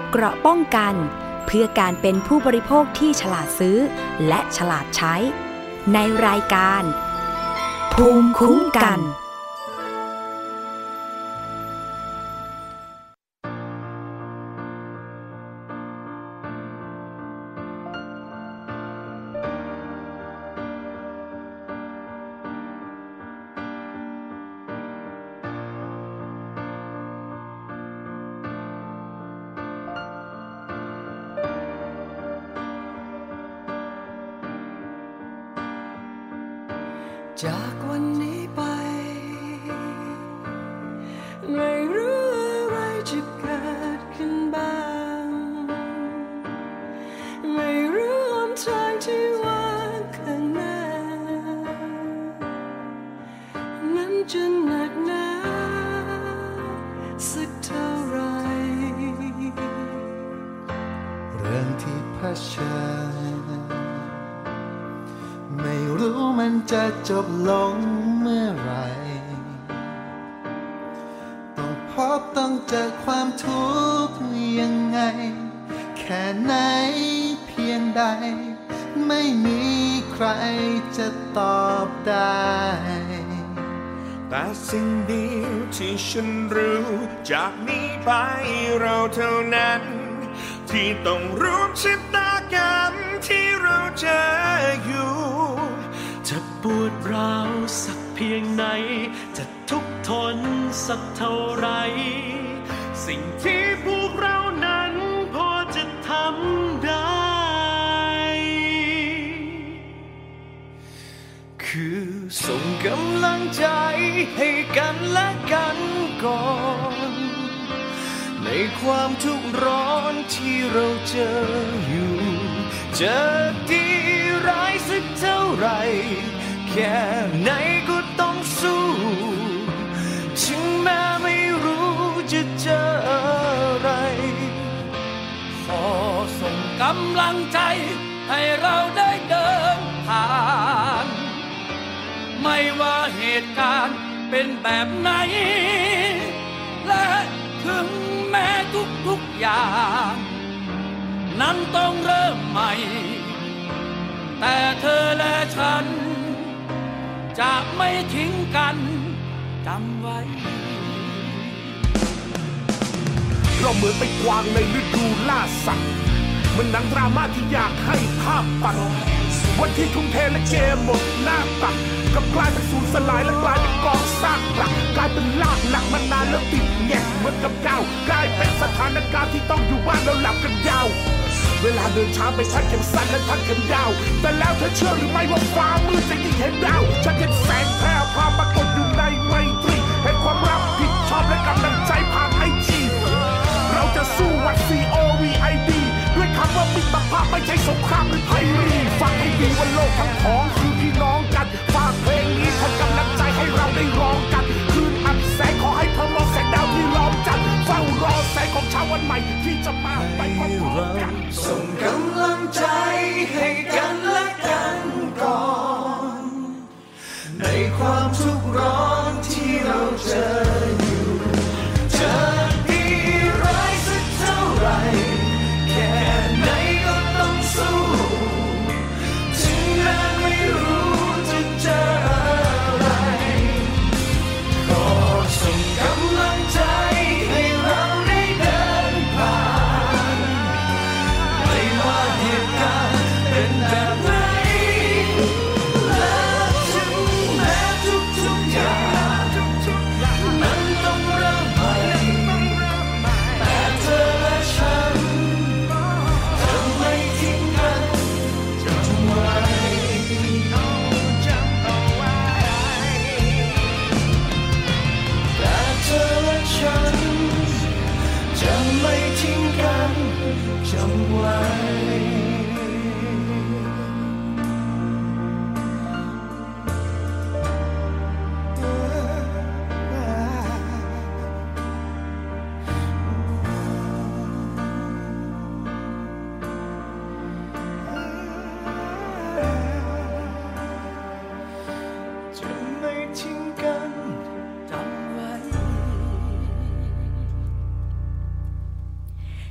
เกราะป้องกันเพื่อการเป็นผู้บริโภคที่ฉลาดซื้อและฉลาดใช้ในรายการภูมิคุ้มกันจากวันนี้ไปไม่รู้อะไรจะเกิดขึ้นบ้างไม่รู้หนทางที่ว่างข้างหน้านั้นจะหนักหนาสักเท่าไรเรื่องที่เผชิญไม่รู้มันจะจบลงเมื่อไหร่ต้องพบต้องเจอความทุกข์ยังไงแค่ไหนเพียงใดไม่มีใครจะตอบได้แต่สิ่งเดียวที่ฉันรู้จากนี้ไปเราเท่านั้นที่ต้องร่วมชะตากรรมที่เราเจออยู่จะปวดร้าวสักเพียงไหนจะทุกข์ทนสักเท่าไรสิ่งที่พวกเรานั้นพอจะทำได้คือส่งกำลังใจให้กันและกันก่อนในความทุกข์ร้อนที่เราเจออยู่จะดีร้ายสักเท่าไรแค่ไหนก็ต้องสู้ถึงแม้ไม่รู้จะเจออะไรขอส่งกำลังใจให้เราได้เดินผ่านไม่ว่าเหตุการณ์เป็นแบบไหนและถึงแม้ทุกอย่างนั้นต้องเริ่มใหม่แต่เธอและฉันจะไม่ทิ้งกันจำไว้เราเหมือนไปกวางในฤดูล่าสัตว์มันหนังดราม่าที่อยากให้ภาพปัดวันที่ทุ่มเทและเกมหมดหน้าตักกับกลายเป็นสูญสลายและกลายเป็นกองซากหลักกลายเป็นลากหนักมานานแล้วติดแงกเหมือนกับก้าวกลายเป็นสถานการณ์ที่ต้องอยู่บ้านแล้วหลับกันยาวเวลาเดินช้าไปชักเข็มสั้นและทักเข็มยาวแต่แล้วเธอเชื่อหรือไม่ว่าฟ้ามืดจะยิ่งเห็นดาวฉันเห็นแสงแพร่พาปรากฏอยู่ในไมตรีเห็นความรับผิดชอบและกำลังใจผ่านไอจีเราจะสู้วัด COVID ด้วยคำว่ามิตรภาพไม่ใช่สงครามหรือภัยรีฟังให้ดีว่าโลกทั้งของคือพี่น้องกันฝากเพลงนี้ทำกำลังใจให้เราได้ร้องกันคืนอับแสงขอให้เธอมองแสงดาวที่ล้อมจันทร์เฝ้ารอแสงของเช้าวันใหม่ที่จะมาไปพร้อมกันส่งกำลังใจให้กันและกันก่อนในความทุกข์ร้อนที่เราเจออยู่จะดีร้ายสักเท่าไรแค่ไหนก็ต้องสู้ถึงแม้ไม่รู้จะเจออะไรขอส่งกำลังใจให้เราได้เดินผ่านไม่ว่าเหตุการณ์เป็นแบบไหนและถึงแม้ทุกอย่างนั้นต้องเริ่มใหม่แต่เธอและฉันจะไม่ทิ้งกันจำไว้แต่เธอและฉันจะไม่ทิ้งกันจำไว้จะไม่ทิ้งกันจำไว้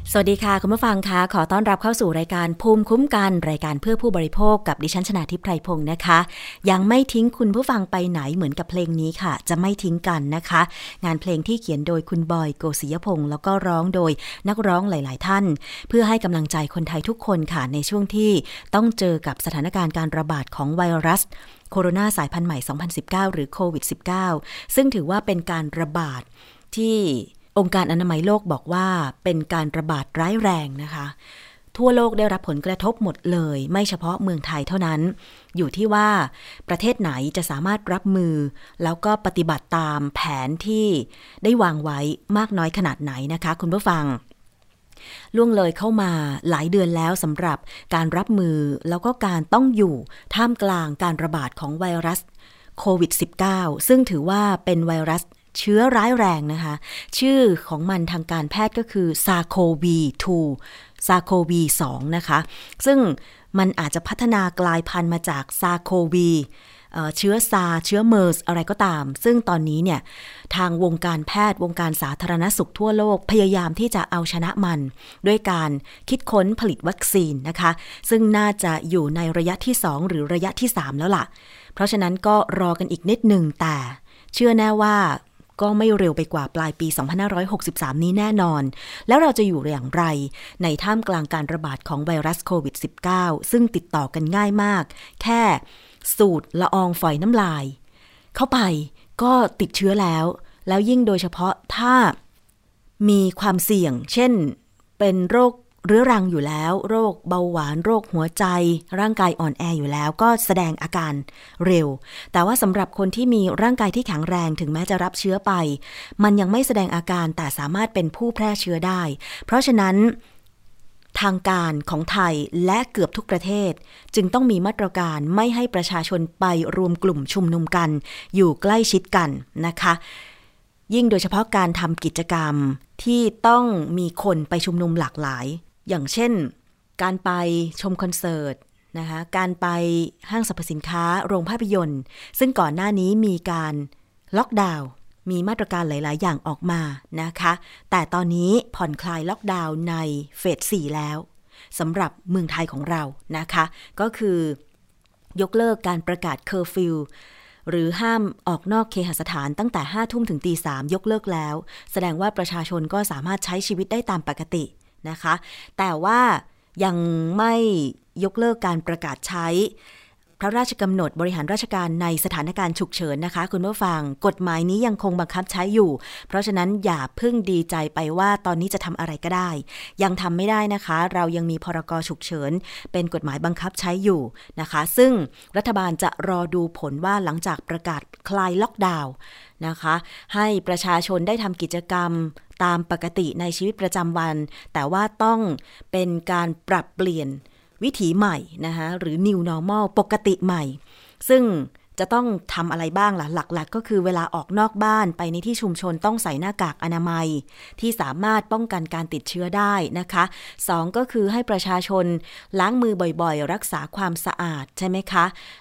สวัสดีค่ะคุณผู้ฟังคะขอต้อนรับเข้าสู่รายการภูมิคุ้มกันรายการเพื่อผู้บริโภคกับดิฉันชนาทิพย์ไพรพงศ์นะคะยังไม่ทิ้งคุณผู้ฟังไปไหนเหมือนกับเพลงนี้ค่ะจะไม่ทิ้งกันนะคะงานเพลงที่เขียนโดยคุณบอยโกศิยพงศ์แล้วก็ร้องโดยนักร้องหลายๆท่านเพื่อให้กำลังใจคนไทยทุกคนค่ะในช่วงที่ต้องเจอกับสถานการณ์การระบาดของไวรัสโคโรนาสายพันธุ์ใหม่ 2019 หรือโควิด -19 ซึ่งถือว่าเป็นการระบาดที่องค์การอนามัยโลกบอกว่าเป็นการระบาดร้ายแรงนะคะทั่วโลกได้รับผลกระทบหมดเลยไม่เฉพาะเมืองไทยเท่านั้นอยู่ที่ว่าประเทศไหนจะสามารถรับมือแล้วก็ปฏิบัติตามแผนที่ได้วางไว้มากน้อยขนาดไหนนะคะคุณผู้ฟังล่วงเลยเข้ามาหลายเดือนแล้วสำหรับการรับมือแล้วก็การต้องอยู่ท่ามกลางการระบาดของไวรัสโควิด -19 ซึ่งถือว่าเป็นไวรัสเชื้อร้ายแรงนะคะชื่อของมันทางการแพทย์ก็คือ SARS-CoV-2 SARS-CoV-2 นะคะซึ่งมันอาจจะพัฒนากลายพันธุ์มาจาก SARS-CoV เชื้อซาเชื้อเมอร์สอะไรก็ตามซึ่งตอนนี้เนี่ยทางวงการแพทย์วงการสาธารณสุขทั่วโลกพยายามที่จะเอาชนะมันด้วยการคิดค้นผลิตวัคซีนนะคะซึ่งน่าจะอยู่ในระยะที่2หรือระยะที่3แล้วล่ะเพราะฉะนั้นก็รอกันอีกนิดนึงแต่เชื่อแน่ว่าก็ไม่เร็วไปกว่าปลายปี 2563 นี้แน่นอนแล้วเราจะอยู่อย่างไรในท่ามกลางการระบาดของไวรัสโควิด -19 ซึ่งติดต่อกันง่ายมากแค่สูดละอองฝอยน้ำลายเข้าไปก็ติดเชื้อแล้วยิ่งโดยเฉพาะถ้ามีความเสี่ยงเช่นเป็นโรคเรื้อรังอยู่แล้วโรคเบาหวานโรคหัวใจร่างกายอ่อนแออยู่แล้วก็แสดงอาการเร็วแต่ว่าสำหรับคนที่มีร่างกายที่แข็งแรงถึงแม้จะรับเชื้อไปมันยังไม่แสดงอาการแต่สามารถเป็นผู้แพร่เชื้อได้เพราะฉะนั้นทางการของไทยและเกือบทุกประเทศจึงต้องมีมาตรการไม่ให้ประชาชนไปรวมกลุ่มชุมนุมกันอยู่ใกล้ชิดกันนะคะยิ่งโดยเฉพาะการทำกิจกรรมที่ต้องมีคนไปชุมนุมหลากหลายอย่างเช่นการไปชมคอนเสิร์ตนะคะการไปห้างสรรพสินค้าโรงภาพยนตร์ซึ่งก่อนหน้านี้มีการล็อกดาวน์มีมาตรการหลายๆอย่างออกมานะคะแต่ตอนนี้ผ่อนคลายล็อกดาวน์ในเฟส 4 แล้วสำหรับเมืองไทยของเรานะคะก็คือยกเลิกการประกาศเคอร์ฟิวหรือห้ามออกนอกเคหสถานตั้งแต่ 5 ทุ่มถึง 3 ยกเลิกแล้วแสดงว่าประชาชนก็สามารถใช้ชีวิตได้ตามปกตินะคะแต่ว่ายังไม่ยกเลิกการประกาศใช้พระราชกำหนดบริหารราชการในสถานการณ์ฉุกเฉินนะคะคุณผู้ฟังกฎหมายนี้ยังคงบังคับใช้อยู่เพราะฉะนั้นอย่าเพิ่งดีใจไปว่าตอนนี้จะทำอะไรก็ได้ยังทำไม่ได้นะคะเรายังมีพรก.ฉุกเฉินเป็นกฎหมายบังคับใช้อยู่นะคะซึ่งรัฐบาลจะรอดูผลว่าหลังจากประกาศคลายล็อกดาวน์นะคะให้ประชาชนได้ทำกิจกรรมตามปกติในชีวิตประจำวันแต่ว่าต้องเป็นการปรับเปลี่ยนวิถีใหม่นะคะหรือ New Normal ปกติใหม่ซึ่งจะต้องทำอะไรบ้างล่ะหลักๆก็คือเวลาออกนอกบ้านไปในที่ชุมชนต้องใส่หน้ากากอนามัยที่สามารถป้องกันการติดเชื้อได้นะคะ2ก็คือให้ประชาชนล้างมือบ่อยๆรักษาความสะอาดใช่ไหมคะ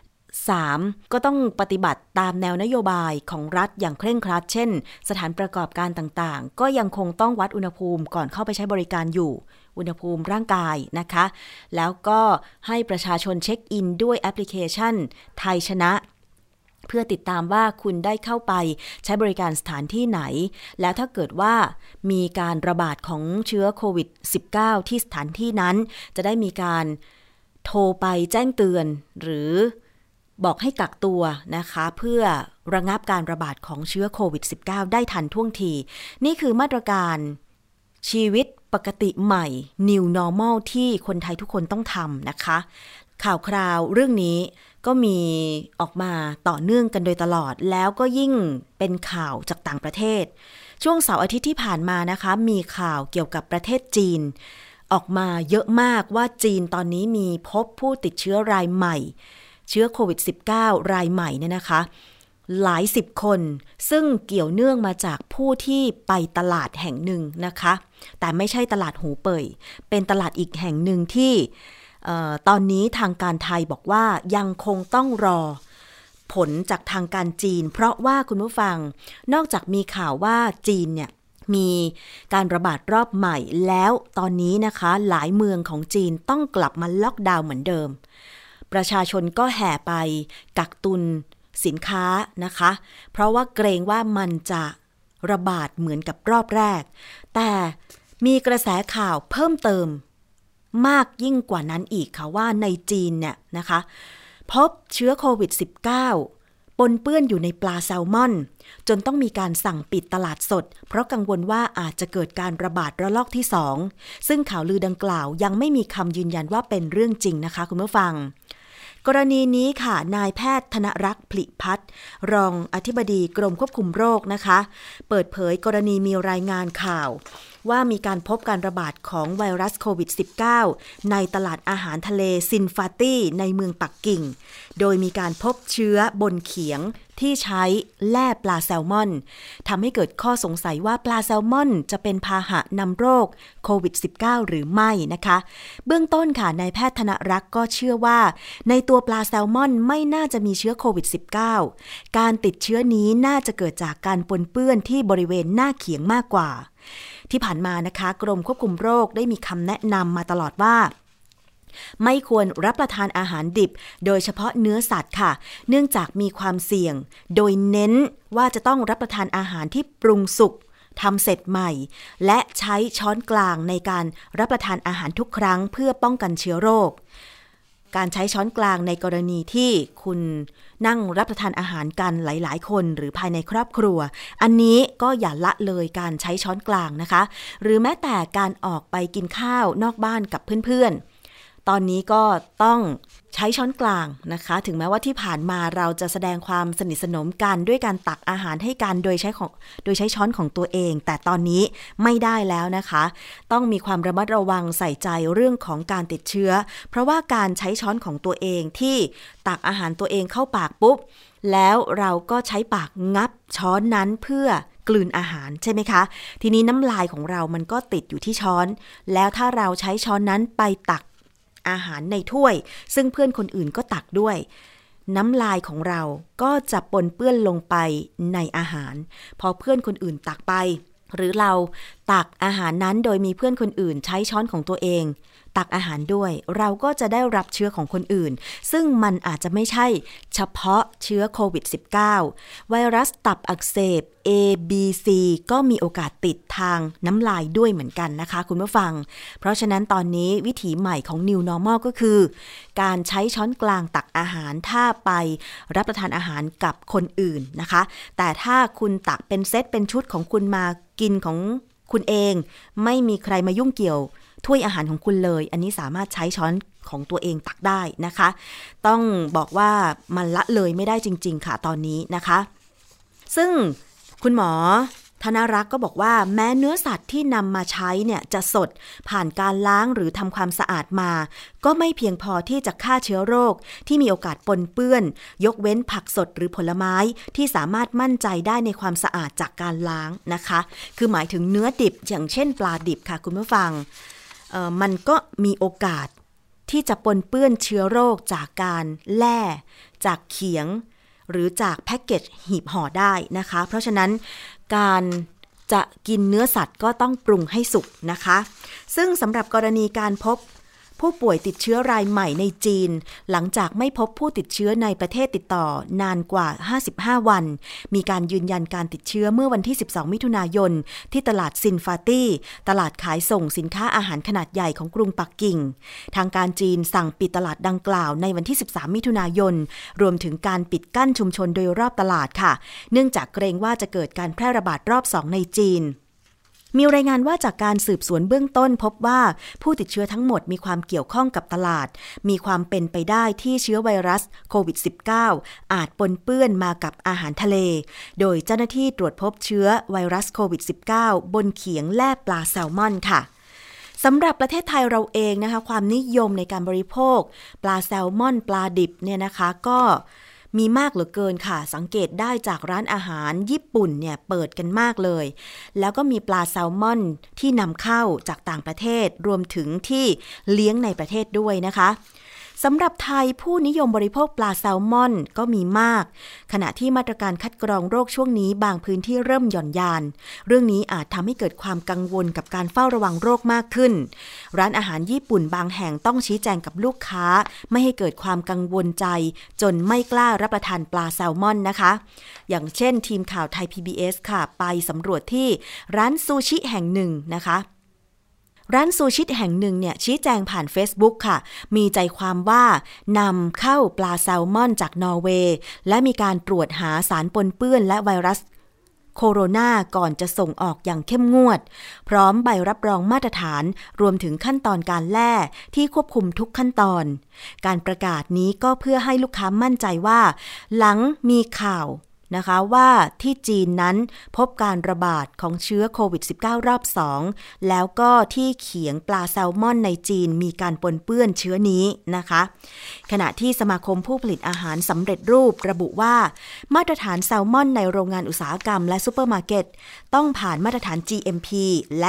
3ก็ต้องปฏิบัติตามแนวนโยบายของรัฐอย่างเคร่งครัดเช่นสถานประกอบการต่างๆก็ยังคงต้องวัดอุณหภูมิก่อนเข้าไปใช้บริการอยู่อุณหภูมิร่างกายนะคะแล้วก็ให้ประชาชนเช็คอินด้วยแอปพลิเคชันไทยชนะเพื่อติดตามว่าคุณได้เข้าไปใช้บริการสถานที่ไหนแล้วถ้าเกิดว่ามีการระบาดของเชื้อโควิด -19 ที่สถานที่นั้นจะได้มีการโทรไปแจ้งเตือนหรือบอกให้กักตัวนะคะเพื่อระงับการระบาดของเชื้อโควิด -19 ได้ทันท่วงทีนี่คือมาตรการชีวิตปกติใหม่ New Normal ที่คนไทยทุกคนต้องทำนะคะข่าวคราวเรื่องนี้ก็มีออกมาต่อเนื่องกันโดยตลอดแล้วก็ยิ่งเป็นข่าวจากต่างประเทศช่วงเสาร์อาทิตย์ที่ผ่านมานะคะมีข่าวเกี่ยวกับประเทศจีนออกมาเยอะมากว่าจีนตอนนี้มีพบผู้ติดเชื้อรายใหม่เชื้อโควิด -19 รายใหม่เนี่ยนะคะหลายสิบคนซึ่งเกี่ยวเนื่องมาจากผู้ที่ไปตลาดแห่งหนึ่งนะคะแต่ไม่ใช่ตลาดหูเป่ยเป็นตลาดอีกแห่งหนึ่งที่ตอนนี้ทางการไทยบอกว่ายังคงต้องรอผลจากทางการจีนเพราะว่าคุณผู้ฟังนอกจากมีข่าวว่าจีนเนี่ยมีการระบาดรอบใหม่แล้วตอนนี้นะคะหลายเมืองของจีนต้องกลับมาล็อกดาวน์เหมือนเดิมประชาชนก็แห่ไปกักตุนสินค้านะคะเพราะว่าเกรงว่ามันจะระบาดเหมือนกับรอบแรกแต่มีกระแสข่าวเพิ่มเติมมากยิ่งกว่านั้นอีกค่ะว่าในจีนเนี่ยนะคะพบเชื้อโควิด -19 ปนเปื้อนอยู่ในปลาแซลมอนจนต้องมีการสั่งปิดตลาดสดเพราะกังวลว่าอาจจะเกิดการระบาดระลอกที่2ซึ่งข่าวลือดังกล่าวยังไม่มีคำยืนยันว่าเป็นเรื่องจริงนะคะคุณผู้ฟังกรณีนี้ค่ะนายแพทย์ธนรักษ์ผลิพัฒน์รองอธิบดีกรมควบคุมโรคนะคะเปิดเผยกรณีมีรายงานข่าวว่ามีการพบการระบาดของไวรัสโควิด -19 ในตลาดอาหารทะเลซินฟาตี้ในเมืองปักกิ่งโดยมีการพบเชื้อบนเขียงที่ใช้แล่ปลาแซลมอนทำให้เกิดข้อสงสัยว่าปลาแซลมอนจะเป็นพาหะนำโรคโควิด -19 หรือไม่นะคะเบื้องต้นค่ะนายแพทย์ธนรักษ์ก็เชื่อว่าในตัวปลาแซลมอนไม่น่าจะมีเชื้อโควิด -19 การติดเชื้อนี้น่าจะเกิดจากการปนเปื้อนที่บริเวณหน้าเขียงมากกว่าที่ผ่านมานะคะกรมควบคุมโรคได้มีคำแนะนำมาตลอดว่าไม่ควรรับประทานอาหารดิบโดยเฉพาะเนื้อสัตว์ค่ะเนื่องจากมีความเสี่ยงโดยเน้นว่าจะต้องรับประทานอาหารที่ปรุงสุกทำเสร็จใหม่และใช้ช้อนกลางในการรับประทานอาหารทุกครั้งเพื่อป้องกันเชื้อโรคการใช้ช้อนกลางในกรณีที่คุณนั่งรับประทานอาหารกันหลายๆคนหรือภายในครอบครัวอันนี้ก็อย่าละเลยการใช้ช้อนกลางนะคะหรือแม้แต่การออกไปกินข้าวนอกบ้านกับเพื่อนๆตอนนี้ก็ต้องใช้ช้อนกลางนะคะถึงแม้ว่าที่ผ่านมาเราจะแสดงความสนิทสนมกันด้วยการตักอาหารให้กันโดยใช้ช้อนของตัวเองแต่ตอนนี้ไม่ได้แล้วนะคะต้องมีความระมัดระวังใส่ใจเรื่องของการติดเชื้อเพราะว่าการใช้ช้อนของตัวเองที่ตักอาหารตัวเองเข้าปากปุ๊บแล้วเราก็ใช้ปากงับช้อนนั้นเพื่อกลืนอาหารใช่ไหมคะทีนี้น้ำลายของเรามันก็ติดอยู่ที่ช้อนแล้วถ้าเราใช้ช้อนนั้นไปตักอาหารในถ้วยซึ่งเพื่อนคนอื่นก็ตักด้วยน้ำลายของเราก็จะปนเปื้อนลงไปในอาหารพอเพื่อนคนอื่นตักไปหรือเราตักอาหารนั้นโดยมีเพื่อนคนอื่นใช้ช้อนของตัวเองตักอาหารด้วยเราก็จะได้รับเชื้อของคนอื่นซึ่งมันอาจจะไม่ใช่เฉพาะเชื้อโควิด -19 ไวรัสตับอักเสบ ABC ก็มีโอกาสติดทางน้ำลายด้วยเหมือนกันนะคะคุณผู้ฟังเพราะฉะนั้นตอนนี้วิถีใหม่ของ New Normal ก็คือการใช้ช้อนกลางตักอาหารถ้าไปรับประทานอาหารกับคนอื่นนะคะแต่ถ้าคุณตักเป็นเซตเป็นชุดของคุณมากินของคุณเองไม่มีใครมายุ่งเกี่ยวถ้วยอาหารของคุณเลยอันนี้สามารถใช้ช้อนของตัวเองตักได้นะคะต้องบอกว่ามันละเลยไม่ได้จริงๆค่ะตอนนี้นะคะซึ่งคุณหมอธนรักษ์ก็บอกว่าแม้เนื้อสัตว์ที่นำมาใช้เนี่ยจะสดผ่านการล้างหรือทำความสะอาดมาก็ไม่เพียงพอที่จะฆ่าเชื้อโรคที่มีโอกาสปนเปื้อนยกเว้นผักสดหรือผลไม้ที่สามารถมั่นใจได้ในความสะอาดจากการล้างนะคะคือหมายถึงเนื้อดิบอย่างเช่นปลาดิบค่ะคุณผู้ฟังมันก็มีโอกาสที่จะปนเปื้อนเชื้อโรคจากการแล่จากเขียงหรือจากแพ็กเกจหีบห่อได้นะคะเพราะฉะนั้นการจะกินเนื้อสัตว์ก็ต้องปรุงให้สุกนะคะซึ่งสำหรับกรณีการพบผู้ป่วยติดเชื้อรายใหม่ในจีนหลังจากไม่พบผู้ติดเชื้อในประเทศติดต่อนานกว่า55วันมีการยืนยันการติดเชื้อเมื่อวันที่12มิถุนายนที่ตลาดซินฟาตี้ตลาดขายส่งสินค้าอาหารขนาดใหญ่ของกรุงปักกิ่งทางการจีนสั่งปิดตลาดดังกล่าวในวันที่13มิถุนายนรวมถึงการปิดกั้นชุมชนโดยรอบตลาดค่ะเนื่องจากเกรงว่าจะเกิดการแพร่ระบาดรอบ2ในจีนมีรายงานว่าจากการสืบสวนเบื้องต้นพบว่าผู้ติดเชื้อทั้งหมดมีความเกี่ยวข้องกับตลาดมีความเป็นไปได้ที่เชื้อไวรัสโควิด -19 อาจปนเปื้อนมากับอาหารทะเลโดยเจ้าหน้าที่ตรวจพบเชื้อไวรัสโควิด -19 บนเขียงแล่ปลาแซลมอนค่ะสำหรับประเทศไทยเราเองนะคะความนิยมในการบริโภคปลาแซลมอนปลาดิบเนี่ยนะคะก็มีมากเหลือเกินค่ะสังเกตได้จากร้านอาหารญี่ปุ่นเนี่ยเปิดกันมากเลยแล้วก็มีปลาแซลมอนที่นำเข้าจากต่างประเทศรวมถึงที่เลี้ยงในประเทศด้วยนะคะสสำหรับไทยผู้นิยมบริโภคปลาแซลมอนก็มีมากขณะที่มาตรการคัดกรองโรคช่วงนี้บางพื้นที่เริ่มหย่อนยานเรื่องนี้อาจทำให้เกิดความกังวลกับการเฝ้าระวังโรคมากขึ้นร้านอาหารญี่ปุ่นบางแห่งต้องชี้แจงกับลูกค้าไม่ให้เกิดความกังวลใจจนไม่กล้ารับประทานปลาแซลมอนนะคะอย่างเช่นทีมข่าวไทย PBS ค่ะไปสำรวจที่ร้านซูชิแห่งหนึ่งนะคะร้านซูชิแห่งหนึ่งเนี่ยชี้แจงผ่าน Facebook ค่ะมีใจความว่านำเข้าปลาแซลมอนจากนอร์เวย์และมีการตรวจหาสารปนเปื้อนและไวรัสโคโรนาก่อนจะส่งออกอย่างเข้มงวดพร้อมใบรับรองมาตรฐานรวมถึงขั้นตอนการแล่ที่ควบคุมทุกขั้นตอนการประกาศนี้ก็เพื่อให้ลูกค้ามั่นใจว่าหลังมีข่าวนะคะว่าที่จีนนั้นพบการระบาดของเชื้อโควิด -19 รอบ 2แล้วก็ที่เขียงปลาแซลมอนในจีนมีการปนเปื้อนเชื้อนี้นะคะขณะที่สมาคมผู้ผลิตอาหารสำเร็จรูประบุว่ามาตรฐานแซลมอนในโรงงานอุตสาหกรรมและซุปเปอร์มาร์เก็ตต้องผ่านมาตรฐาน GMP และ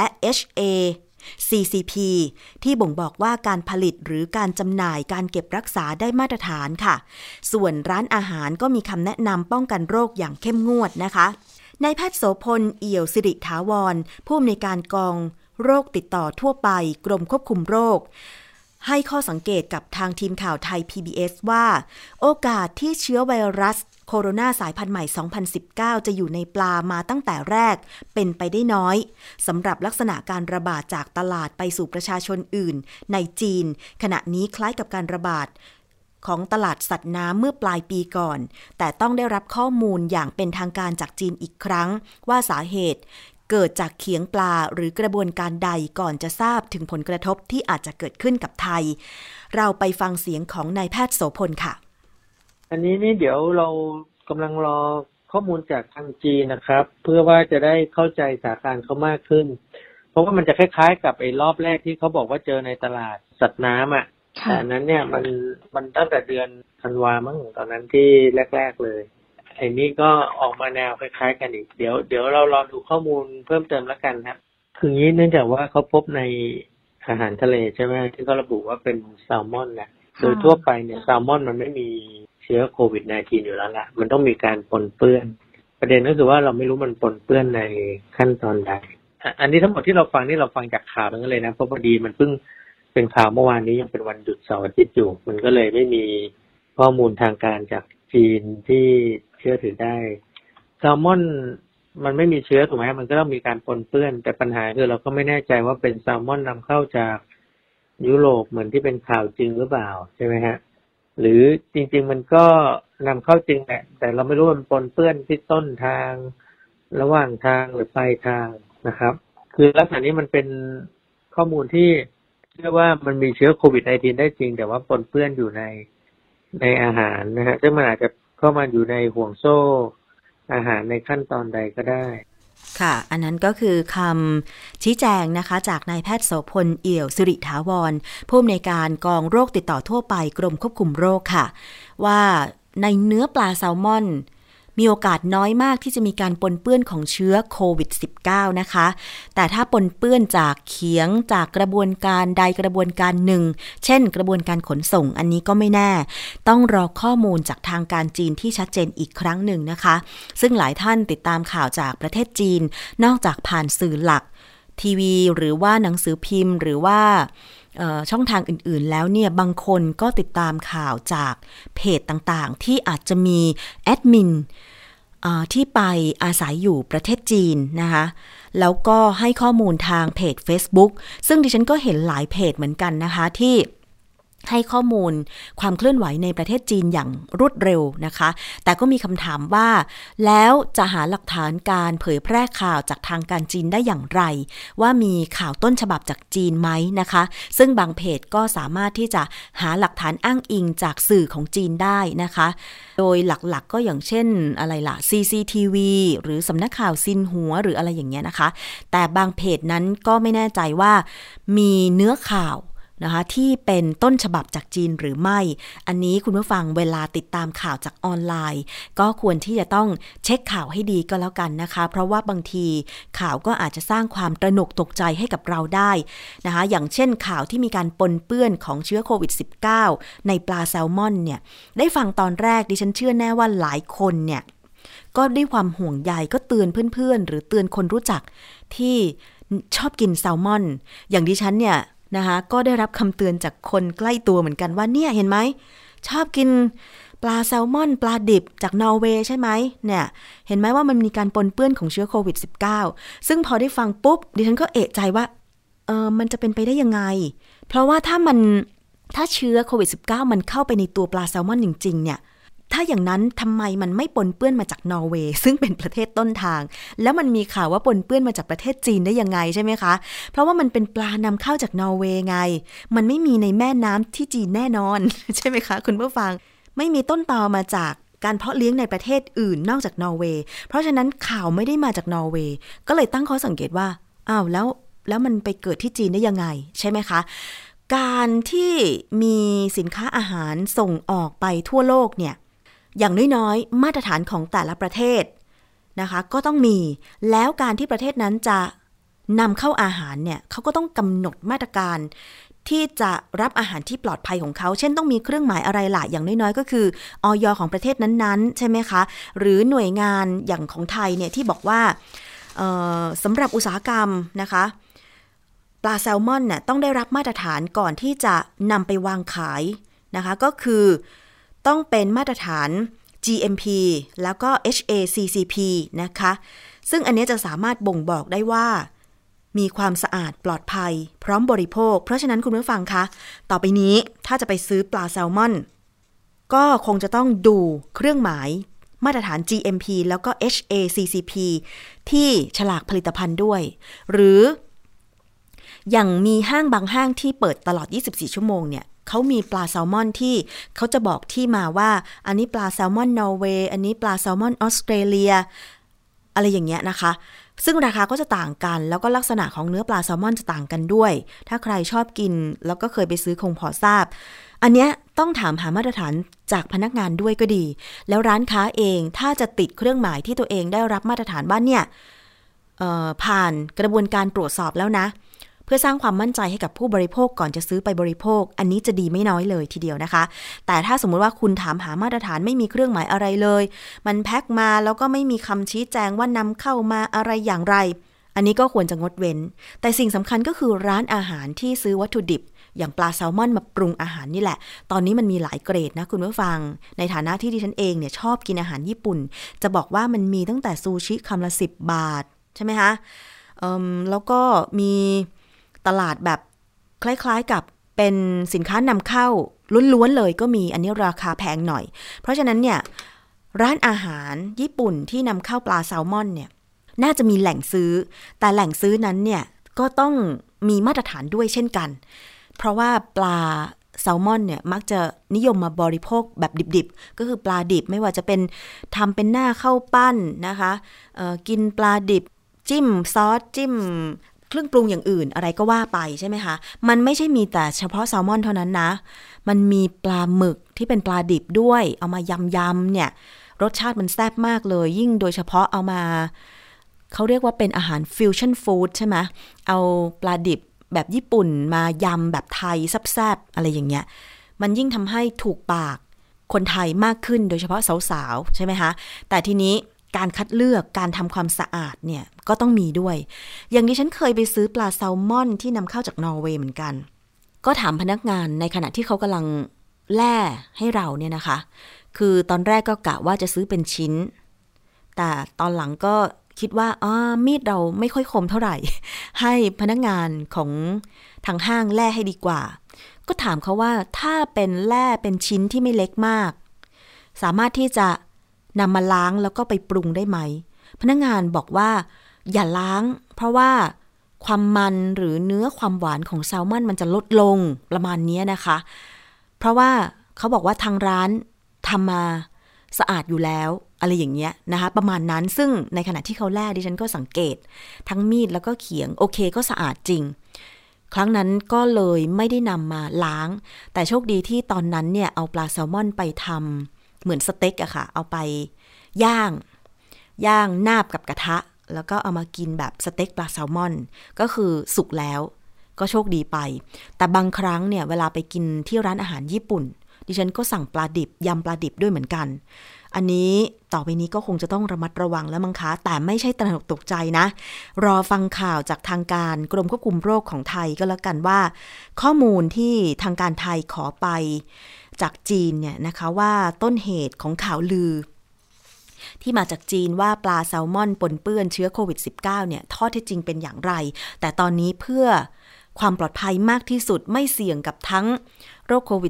HACCP ที่บ่งบอกว่าการผลิตหรือการจำหน่ายการเก็บรักษาได้มาตรฐานค่ะส่วนร้านอาหารก็มีคำแนะนำป้องกันโรคอย่างเข้มงวดนะคะนายแพทย์โสพลเอี่ยวสิริถาวรผู้อำนวยการกองโรคติดต่อทั่วไปกรมควบคุมโรคให้ข้อสังเกตกับทางทีมข่าวไทย PBS ว่าโอกาสที่เชื้อไวรัสโคโรนาสายพันธุ์ใหม่ 2019 จะอยู่ในปลามาตั้งแต่แรกเป็นไปได้น้อยสำหรับลักษณะการระบาดจากตลาดไปสู่ประชาชนอื่นในจีนขณะนี้คล้ายกับการระบาดของตลาดสัตว์น้ำเมื่อปลายปีก่อนแต่ต้องได้รับข้อมูลอย่างเป็นทางการจากจีนอีกครั้งว่าสาเหตุเกิดจากเขียงปลาหรือกระบวนการใดก่อนจะทราบถึงผลกระทบที่อาจจะเกิดขึ้นกับไทยเราไปฟังเสียงของนายแพทย์โสพลค่ะอันนี้นี่เดี๋ยวเรากำลังรอข้อมูลจากทางจีนนะครับเพื่อว่าจะได้เข้าใจสถานการณ์เขามากขึ้นเพราะว่ามันจะคล้ายๆกับไอ้รอบแรกที่เขาบอกว่าเจอในตลาดสัตว์น้ำอ่ะแต่อันนั้นเนี่ยมันตั้งแต่เดือนธันวามั้งตอนนั้นที่แรกๆเลยไอ้นี่ก็ออกมาแนวคล้ายๆกันอีกเดี๋ยวเรารอดูข้อมูลเพิ่มเติมแล้วกันครับคืองี้เนื่องจากว่าเขาพบในอาหารทะเลใช่ไหมที่เขาระบุว่าเป็นแซลมอนแหละโดยทั่วไปเนี่ยแซลมอนมันไม่มีเชื้อโควิด -19 อยู่แล้วล่ะมันต้องมีการปนเปื้อนประเด็นก็คือว่าเราไม่รู้มันปนเปื้อนในขั้นตอนใดอันนี้ทั้งหมดที่เราฟังนี่เราฟังจากข่าวนั่นเลยนะเพราะพอดีมันเพิ่งเป็นข่าวเมื่อวานนี้ยังเป็นวันหยุดเสาร์อาทิตย์อยู่มันก็เลยไม่มีข้อมูลทางการจากจีนที่เชื่อถือได้แซลมอนมันไม่มีเชื้อถูกไหมมันก็ต้องมีการปนเปื้อนแต่ปัญหาคือเราก็ไม่แน่ใจว่าเป็นแซลมอนนำเข้าจากยุโรปเหมือนที่เป็นข่าวจริงหรือเปล่าใช่ไหมฮะหรือจริงๆมันก็นำเข้าจริงแหละแต่เราไม่รู้มันปนเปื้อนที่ต้นทางระหว่างทางหรือปลายทางนะครับคือลักษณะนี้มันเป็นข้อมูลที่เชื่อว่ามันมีเชื้อโควิด -19 ได้จริงแต่ว่าปนเปื้อนอยู่ในอาหารนะฮะซึ่งมันอาจจะเข้ามาอยู่ในห่วงโซ่อาหารในขั้นตอนใดก็ได้ค่ะอันนั้นก็คือคำชี้แจงนะคะจากนายแพทย์โสพลเอี่ยวสิริถาวรผู้อำนวยการกองโรคติดต่อทั่วไปกรมควบคุมโรคค่ะว่าในเนื้อปลาแซลมอนมีโอกาสน้อยมากที่จะมีการปนเปื้อนของเชื้อโควิด -19 นะคะแต่ถ้าปนเปื้อนจากเขียงจากกระบวนการใดกระบวนการหนึ่งเช่นกระบวนการขนส่งอันนี้ก็ไม่แน่ต้องรอข้อมูลจากทางการจีนที่ชัดเจนอีกครั้งหนึ่งนะคะซึ่งหลายท่านติดตามข่าวจากประเทศจีนนอกจากผ่านสื่อหลักทีวีหรือว่าหนังสือพิมพ์หรือว่าช่องทางอื่นๆแล้วเนี่ยบางคนก็ติดตามข่าวจากเพจต่างๆที่อาจจะมีแอดมินที่ไปอาศัยอยู่ประเทศจีนนะคะแล้วก็ให้ข้อมูลทางเพจ Facebook ซึ่งดิฉันก็เห็นหลายเพจเหมือนกันนะคะที่ให้ข้อมูลความเคลื่อนไหวในประเทศจีนอย่างรวดเร็วนะคะแต่ก็มีคำถามว่าแล้วจะหาหลักฐานการเผยแพร่ข่าวจากทางการจีนได้อย่างไรว่ามีข่าวต้นฉบับจากจีนไหมนะคะซึ่งบางเพจก็สามารถที่จะหาหลักฐานอ้างอิงจากสื่อของจีนได้นะคะโดยหลักๆก็อย่างเช่นอะไรล่ะ CCTV หรือสำนักข่าวซินหัวหรืออะไรอย่างเงี้ยนะคะแต่บางเพจนั้นก็ไม่แน่ใจว่ามีเนื้อข่าวนะคะที่เป็นต้นฉบับจากจีนหรือไม่อันนี้คุณผู้ฟังเวลาติดตามข่าวจากออนไลน์ก็ควรที่จะต้องเช็คข่าวให้ดีก็แล้วกันนะคะเพราะว่าบางทีข่าวก็อาจจะสร้างความตระหนกตกใจให้กับเราได้นะคะอย่างเช่นข่าวที่มีการปนเปื้อนของเชื้อโควิด -19 ในปลาแซลมอนเนี่ยได้ฟังตอนแรกดิฉันเชื่อแน่ว่าหลายคนเนี่ยก็ด้วยความห่วงใยก็เตือนเพื่อนๆหรือเตือนคนรู้จักที่ชอบกินแซลมอนอย่างดิฉันเนี่ยนะคะก็ได้รับคำเตือนจากคนใกล้ตัวเหมือนกันว่าเนี่ยเห็นไหมชอบกินปลาแซลมอนปลาดิบจากนอร์เวย์ใช่ไหมเนี่ยเห็นไหมว่ามันมีการปนเปื้อนของเชื้อโควิด -19 ซึ่งพอได้ฟังปุ๊บดิฉันก็เอะใจว่ามันจะเป็นไปได้ยังไงเพราะว่าถ้าเชื้อโควิด -19 มันเข้าไปในตัวปลาแซลมอนจริงๆเนี่ยถ้าอย่างนั้นทำไมมันไม่ปนเปื้อนมาจากนอร์เวย์ซึ่งเป็นประเทศต้นทางแล้วมันมีข่าวว่าปนเปื้อนมาจากประเทศจีนได้ยังไงใช่ไหมคะเพราะว่ามันเป็นปลานำเข้าจากนอร์เวย์ไงมันไม่มีในแม่น้ำที่จีนแน่นอน ใช่ไหมคะคุณผู้ฟังไม่มีต้นตอมาจากการเพาะเลี้ยงในประเทศอื่นนอกจากนอร์เวย์เพราะฉะนั้นข่าวไม่ได้มาจากนอร์เวย์ก็เลยตั้งข้อสังเกตว่าอ้าวแล้วมันไปเกิดที่จีนได้ยังไงใช่ไหมคะการที่มีสินค้าอาหารส่งออกไปทั่วโลกเนี่ยอย่างน้อยๆมาตรฐานของแต่ละประเทศนะคะก็ต้องมีแล้วการที่ประเทศนั้นจะนำเข้าอาหารเนี่ยเขาก็ต้องกำหนดมาตรการที่จะรับอาหารที่ปลอดภัยของเขาเช่นต้องมีเครื่องหมายอะไรล่ะอย่างน้อยๆก็คืออย.ของประเทศนั้นๆใช่ไหมคะหรือหน่วยงานอย่างของไทยเนี่ยที่บอกว่าสำหรับอุตสาหกรรมนะคะปลาแซลมอนเนี่ยต้องได้รับมาตรฐานก่อนที่จะนำไปวางขายนะคะก็คือต้องเป็นมาตรฐาน GMP แล้วก็ HACCP นะคะซึ่งอันนี้จะสามารถบ่งบอกได้ว่ามีความสะอาดปลอดภัยพร้อมบริโภคเพราะฉะนั้นคุณผู้ฟังคะต่อไปนี้ถ้าจะไปซื้อปลาแซลมอนก็คงจะต้องดูเครื่องหมายมาตรฐาน GMP แล้วก็ HACCP ที่ฉลากผลิตภัณฑ์ด้วยหรืออย่างมีห้างบางห้างที่เปิดตลอด24ชั่วโมงเนี่ยเขามีปลาแซลมอนที่เขาจะบอกที่มาว่าอันนี้ปลาแซลมอนนอร์เวย์อันนี้ปลาแซลมอนออสเตรเลียอะไรอย่างเงี้ยนะคะซึ่งราคาก็จะต่างกันแล้วก็ลักษณะของเนื้อปลาแซลมอนจะต่างกันด้วยถ้าใครชอบกินแล้วก็เคยไปซื้อคงพอทราบอันเนี้ยต้องถามหามาตรฐานจากพนักงานด้วยก็ดีแล้วร้านค้าเองถ้าจะติดเครื่องหมายที่ตัวเองได้รับมาตรฐานว่าเนี่ยผ่านกระบวนการตรวจสอบแล้วนะเพื่อสร้างความมั่นใจให้กับผู้บริโภคก่อนจะซื้อไปบริโภคอันนี้จะดีไม่น้อยเลยทีเดียวนะคะแต่ถ้าสมมุติว่าคุณถามหามาตรฐานไม่มีเครื่องหมายอะไรเลยมันแพ็คมาแล้วก็ไม่มีคำชี้แจงว่านำเข้ามาอะไรอย่างไรอันนี้ก็ควรจะงดเว้นแต่สิ่งสำคัญก็คือร้านอาหารที่ซื้อวัตถุดิบอย่างปลาแซลมอนมาปรุงอาหารนี่แหละตอนนี้มันมีหลายเกรดนะคุณผู้ฟังในฐานะที่ดิฉันเองเนี่ยชอบกินอาหารญี่ปุ่นจะบอกว่ามันมีตั้งแต่ซูชิคำละ10 บาทใช่ไหมคะแล้วก็มีตลาดแบบคล้ายๆกับเป็นสินค้านำเข้าล้วนๆเลยก็มีอันนี้ราคาแพงหน่อยเพราะฉะนั้นเนี่ยร้านอาหารญี่ปุ่นที่นำเข้าปลาแซลมอนเนี่ยน่าจะมีแหล่งซื้อแต่แหล่งซื้อนั้นเนี่ยก็ต้องมีมาตรฐานด้วยเช่นกันเพราะว่าปลาแซลมอนเนี่ยมักจะนิยมมาบริโภคแบบดิบๆก็คือปลาดิบไม่ว่าจะเป็นทำเป็นหน้าข้าวปั้นนะคะกินปลาดิบจิ้มซอสจิ้มเครื่องปรุงอย่างอื่นอะไรก็ว่าไปใช่ไหมคะมันไม่ใช่มีแต่เฉพาะแซลมอนเท่านั้นนะมันมีปลาหมึกที่เป็นปลาดิบด้วยเอามายำๆเนี่ยรสชาติมันแซ่บมากเลยยิ่งโดยเฉพาะเอามาเขาเรียกว่าเป็นอาหารฟิวชั่นฟู้ดใช่ไหมเอาปลาดิบแบบญี่ปุ่นมายำแบบไทยแซ่บๆอะไรอย่างเงี้ยมันยิ่งทำให้ถูกปากคนไทยมากขึ้นโดยเฉพาะสาวๆใช่ไหมคะแต่ทีนี้การคัดเลือกการทำความสะอาดเนี่ยก็ต้องมีด้วยอย่างที่ฉันเคยไปซื้อปลาแซลมอนที่นำเข้าจากนอร์เวย์เหมือนกันก็ถามพนักงานในขณะที่เขากำลังแล่ให้เราเนี่ยนะคะคือตอนแรกก็กะว่าจะซื้อเป็นชิ้นแต่ตอนหลังก็คิดว่ามีดเราไม่ค่อยคมเท่าไหร่ให้พนักงานของทางห้างแล่ให้ดีกว่าก็ถามเขาว่าถ้าเป็นแล่เป็นชิ้นที่ไม่เล็กมากสามารถที่จะนำมาล้างแล้วก็ไปปรุงได้ไหมพนักงานบอกว่าอย่าล้างเพราะว่าความมันหรือเนื้อความหวานของแซลมอนมันจะลดลงประมาณนี้นะคะเพราะว่าเขาบอกว่าทางร้านทำมาสะอาดอยู่แล้วอะไรอย่างเงี้ยนะคะประมาณนั้นซึ่งในขณะที่เขาแล่ดิฉันก็สังเกตทั้งมีดแล้วก็เขียงโอเคก็สะอาดจริงครั้งนั้นก็เลยไม่ได้นำมาล้างแต่โชคดีที่ตอนนั้นเนี่ยเอาปลาแซลมอนไปทำเหมือนสเต็กอะค่ะเอาไปย่างนาบกับกระทะแล้วก็เอามากินแบบสเต็กปลาแซลมอนก็คือสุกแล้วก็โชคดีไปแต่บางครั้งเนี่ยเวลาไปกินที่ร้านอาหารญี่ปุ่นดิฉันก็สั่งปลาดิบยำปลาดิบด้วยเหมือนกันอันนี้ต่อไปนี้ก็คงจะต้องระมัดระวังแล้วมั้งคะแต่ไม่ใช่ตระหนกตกใจนะรอฟังข่าวจากทางการกรมควบคุมโรคของไทยก็แล้วกันว่าข้อมูลที่ทางการไทยขอไปจากจีนเนี่ยนะคะว่าต้นเหตุของข่าวลือที่มาจากจีนว่าปลาแซลมอนปนเปื้อนเชื้อโควิด -19 เนี่ยข้อเท็จจริงเป็นอย่างไรแต่ตอนนี้เพื่อความปลอดภัยมากที่สุดไม่เสี่ยงกับทั้งโรคโควิด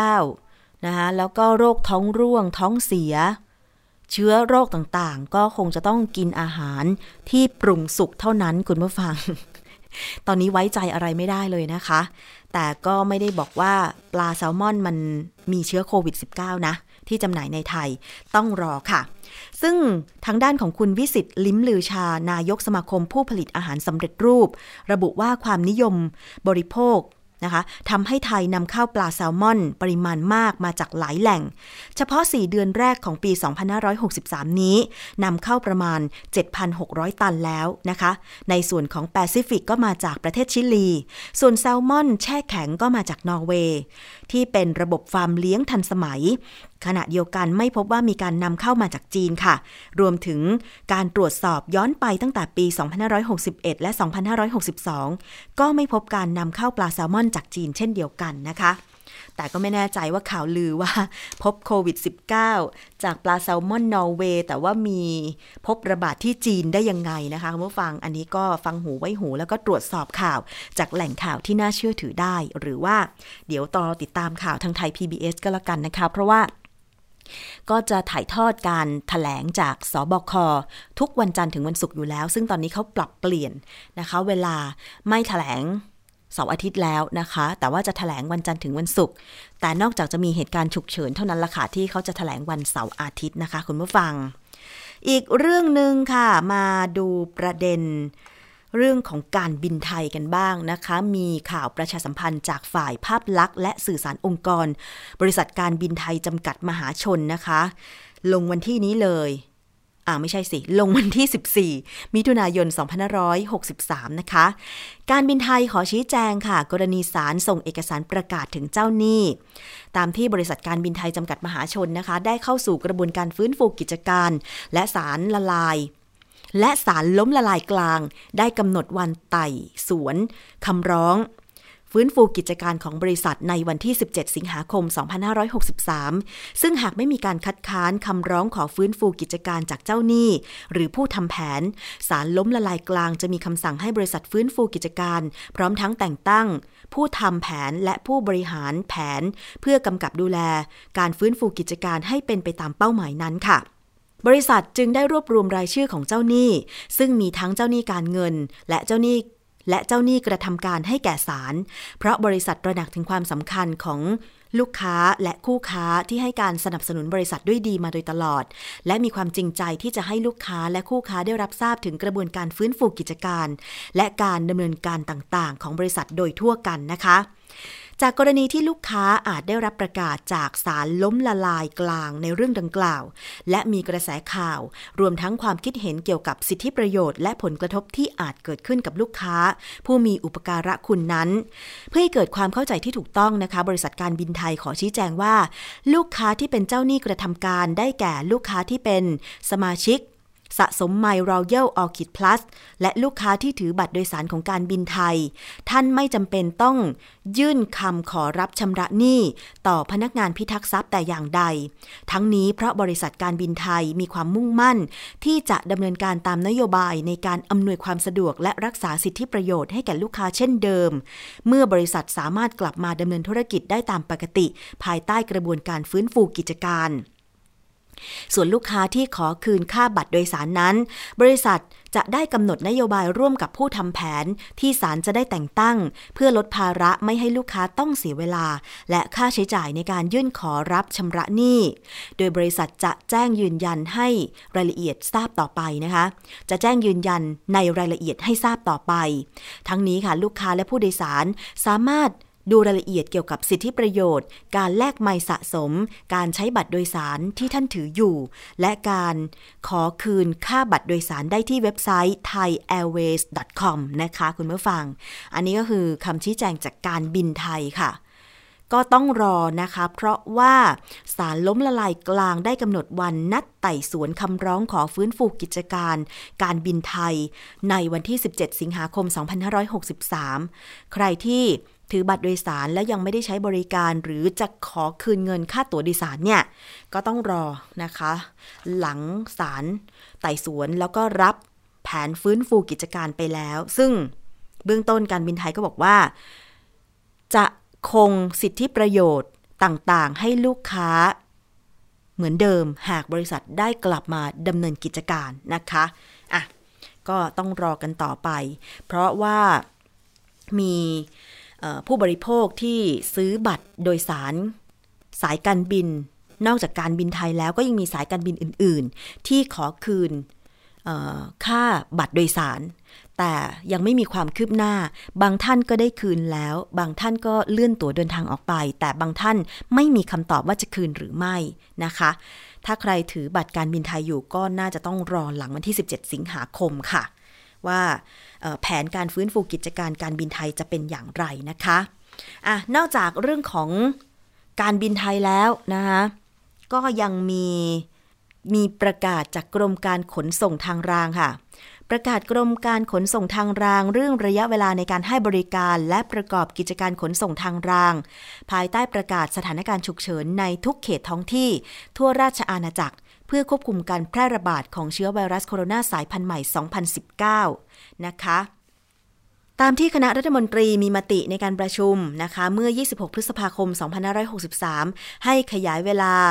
-19 นะคะแล้วก็โรคท้องร่วงท้องเสียเชื้อโรคต่างๆก็คงจะต้องกินอาหารที่ปรุงสุกเท่านั้นคุณผู้ฟัง ตอนนี้ไว้ใจอะไรไม่ได้เลยนะคะแต่ก็ไม่ได้บอกว่าปลาแซลมอนมันมีเชื้อโควิด -19 นะที่จำหน่ายในไทยต้องรอค่ะซึ่งทางด้านของคุณวิสิทธิ์ลิ้มลือชานายกสมาคมผู้ผลิตอาหารสำเร็จรูประบุว่าความนิยมบริโภคนะคะทำให้ไทยนำเข้าปลาแซลมอนปริมาณมากมาจากหลายแหล่งเฉพาะ4เดือนแรกของปี2563นี้นำเข้าประมาณ 7,600 ตันแล้วนะคะในส่วนของแปซิฟิกก็มาจากประเทศชิลีส่วนแซลมอนแช่แข็งก็มาจากนอร์เวย์ที่เป็นระบบฟาร์มเลี้ยงทันสมัยขณะเดียวกันไม่พบว่ามีการนำเข้ามาจากจีนค่ะรวมถึงการตรวจสอบย้อนไปตั้งแต่ปี2561และ2562ก็ไม่พบการนำเข้าปลาแซลมอนจากจีนเช่นเดียวกันนะคะแต่ก็ไม่แน่ใจว่าข่าวลือว่าพบโควิด -19 จากปลาแซลมอนนอร์เวย์แต่ว่ามีพบระบาดที่จีนได้ยังไงนะคะคุณผู้ฟังอันนี้ก็ฟังหูไว้หูแล้วก็ตรวจสอบข่าวจากแหล่งข่าวที่น่าเชื่อถือได้หรือว่าเดี๋ยวต่อติดตามข่าวทางไทย PBS ก็แล้วกันนะคะเพราะว่าก็จะถ่ายทอดการแถลงจากสบคทุกวันจันทร์ถึงวันศุกร์อยู่แล้วซึ่งตอนนี้เขาปรับเปลี่ยนนะคะเวลาไม่แถลงเสาร์อาทิตย์แล้วนะคะแต่ว่าจะแถลงวันจันทร์ถึงวันศุกร์แต่นอกจากจะมีเหตุการณ์ฉุกเฉินเท่านั้นละค่ะที่เขาจะแถลงวันเสาร์อาทิตย์นะคะคุณผู้ฟังอีกเรื่องนึงค่ะมาดูประเด็นเรื่องของการบินไทยกันบ้างนะคะมีข่าวประชาสัมพันธ์จากฝ่ายภาพลักษณ์และสื่อสารองค์กรบริษัทการบินไทยจำกัดมหาชนนะคะลงวันที่นี้เลยไม่ใช่สิลงวันที่14มิถุนายน2563นะคะการบินไทยขอชี้แจงค่ะกรณีศาลส่งเอกสารประกาศถึงเจ้าหนี้ตามที่บริษัทการบินไทยจำกัดมหาชนนะคะได้เข้าสู่กระบวนการฟื้นฟูกิจการและศาลล้มละลายกลางได้กำหนดวันไต่สวนคำร้องฟื้นฟูกิจการของบริษัทในวันที่17สิงหาคม2563ซึ่งหากไม่มีการคัดค้านคำร้องขอฟื้นฟูกิจการจากเจ้าหนี้หรือผู้ทำแผนศาลล้มละลายกลางจะมีคำสั่งให้บริษัทฟื้นฟูกิจการพร้อมทั้งแต่งตั้งผู้ทำแผนและผู้บริหารแผนเพื่อกำกับดูแลการฟื้นฟูกิจการให้เป็นไปตามเป้าหมายนั้นค่ะบริษัทจึงได้รวบรวมรายชื่อของเจ้าหนี้ซึ่งมีทั้งเจ้าหนี้การเงินและเจ้าหนี้กระทำการให้แก่ศาลเพราะบริษัทตระหนักถึงความสำคัญของลูกค้าและคู่ค้าที่ให้การสนับสนุนบริษัทด้วยดีมาโดยตลอดและมีความจริงใจที่จะให้ลูกค้าและคู่ค้าได้รับทราบถึงกระบวนการฟื้นฟูกิจการและการดำเนินการต่างๆของบริษัทโดยทั่วกันนะคะจากกรณีที่ลูกค้าอาจได้รับประกาศจากศาลล้มละลายกลางในเรื่องดังกล่าวและมีกระแสข่าวรวมทั้งความคิดเห็นเกี่ยวกับสิทธิประโยชน์และผลกระทบที่อาจเกิดขึ้นกับลูกค้าผู้มีอุปการะคุณนั้นเพื่อให้เกิดความเข้าใจที่ถูกต้องนะคะบริษัทการบินไทยขอชี้แจงว่าลูกค้าที่เป็นเจ้าหนี้กระทำการได้แก่ลูกค้าที่เป็นสมาชิกสะสมไมล์ Royal Orchid Plus และลูกค้าที่ถือบัตรโดยสารของการบินไทยท่านไม่จำเป็นต้องยื่นคำขอรับชำระหนี้ต่อพนักงานพิทักษ์ทรัพย์แต่อย่างใดทั้งนี้เพราะบริษัทการบินไทยมีความมุ่งมั่นที่จะดำเนินการตามนโยบายในการอำนวยความสะดวกและรักษาสิทธิประโยชน์ให้แก่ลูกค้าเช่นเดิมเมื่อบริษัทสามารถกลับมาดำเนินธุรกิจได้ตามปกติภายใต้กระบวนการฟื้นฟูกิจการส่วนลูกค้าที่ขอคืนค่าบัตรโดยสารนั้นบริษัทจะได้กำหนดนโยบายร่วมกับผู้ทำแผนที่ศาลจะได้แต่งตั้งเพื่อลดภาระไม่ให้ลูกค้าต้องเสียเวลาและค่าใช้จ่ายในการยื่นขอรับชำระหนี้โดยบริษัทจะแจ้งยืนยันให้รายละเอียดทราบต่อไปนะคะจะแจ้งยืนยันในรายละเอียดให้ทราบต่อไปทั้งนี้ค่ะลูกค้าและผู้โดยสารสามารถดูรายละเอียดเกี่ยวกับสิทธิประโยชน์การแลกไมล์สะสมการใช้บัตรโดยสารที่ท่านถืออยู่และการขอคืนค่าบัตรโดยสารได้ที่เว็บไซต์ thaiairways.com นะคะคุณผู้ฟังอันนี้ก็คือคำชี้แจงจากการบินไทยค่ะก็ต้องรอนะคะเพราะว่าศาลล้มละลายกลางได้กำหนดวันนัดไต่สวนคำร้องขอฟื้นฟูกิจการการบินไทยในวันที่17สิงหาคม2563ใครที่ถือบัตรโดยสารและยังไม่ได้ใช้บริการหรือจะขอคืนเงินค่าตั๋วโดยสารเนี่ยก็ต้องรอนะคะหลังศาลไต่สวนแล้วก็รับแผนฟื้นฟูกิจการไปแล้วซึ่งเบื้องต้นการบินไทยก็บอกว่าจะคงสิทธิประโยชน์ต่างๆให้ลูกค้าเหมือนเดิมหากบริษัทได้กลับมาดำเนินกิจการนะคะอ่ะก็ต้องรอกันต่อไปเพราะว่ามีผู้บริโภคที่ซื้อบัตรโดยสารสายการบินนอกจากการบินไทยแล้วก็ยังมีสายการบินอื่นๆที่ขอคืนค่าบัตรโดยสารแต่ยังไม่มีความคืบหน้าบางท่านก็ได้คืนแล้วบางท่านก็เลื่อนตั๋วเดินทางออกไปแต่บางท่านไม่มีคำตอบว่าจะคืนหรือไม่นะคะถ้าใครถือบัตรการบินไทยอยู่ก็น่าจะต้องรอหลังวันที่17สิงหาคมค่ะว่าแผนการฟื้นฟูกิจการการบินไทยจะเป็นอย่างไรนะคะนอกจากเรื่องของการบินไทยแล้วนะคะก็ยังมีประกาศจากกรมการขนส่งทางรางค่ะประกาศกรมการขนส่งทางรางเรื่องระยะเวลาในการให้บริการและประกอบกิจการขนส่งทางรางภายใต้ประกาศสถานการณ์ฉุกเฉินในทุกเขตท้องที่ทั่วราชอาณาจักรเพื่อควบคุมการแพร่ระบาดของเชื้อไวรัสโคโรนาสายพันธุ์ใหม่ 2019 นะคะตามที่คณะรัฐมนตรีมีมติในการประชุมนะคะเมื่อ26พฤษภาคม2563ให้ขยาย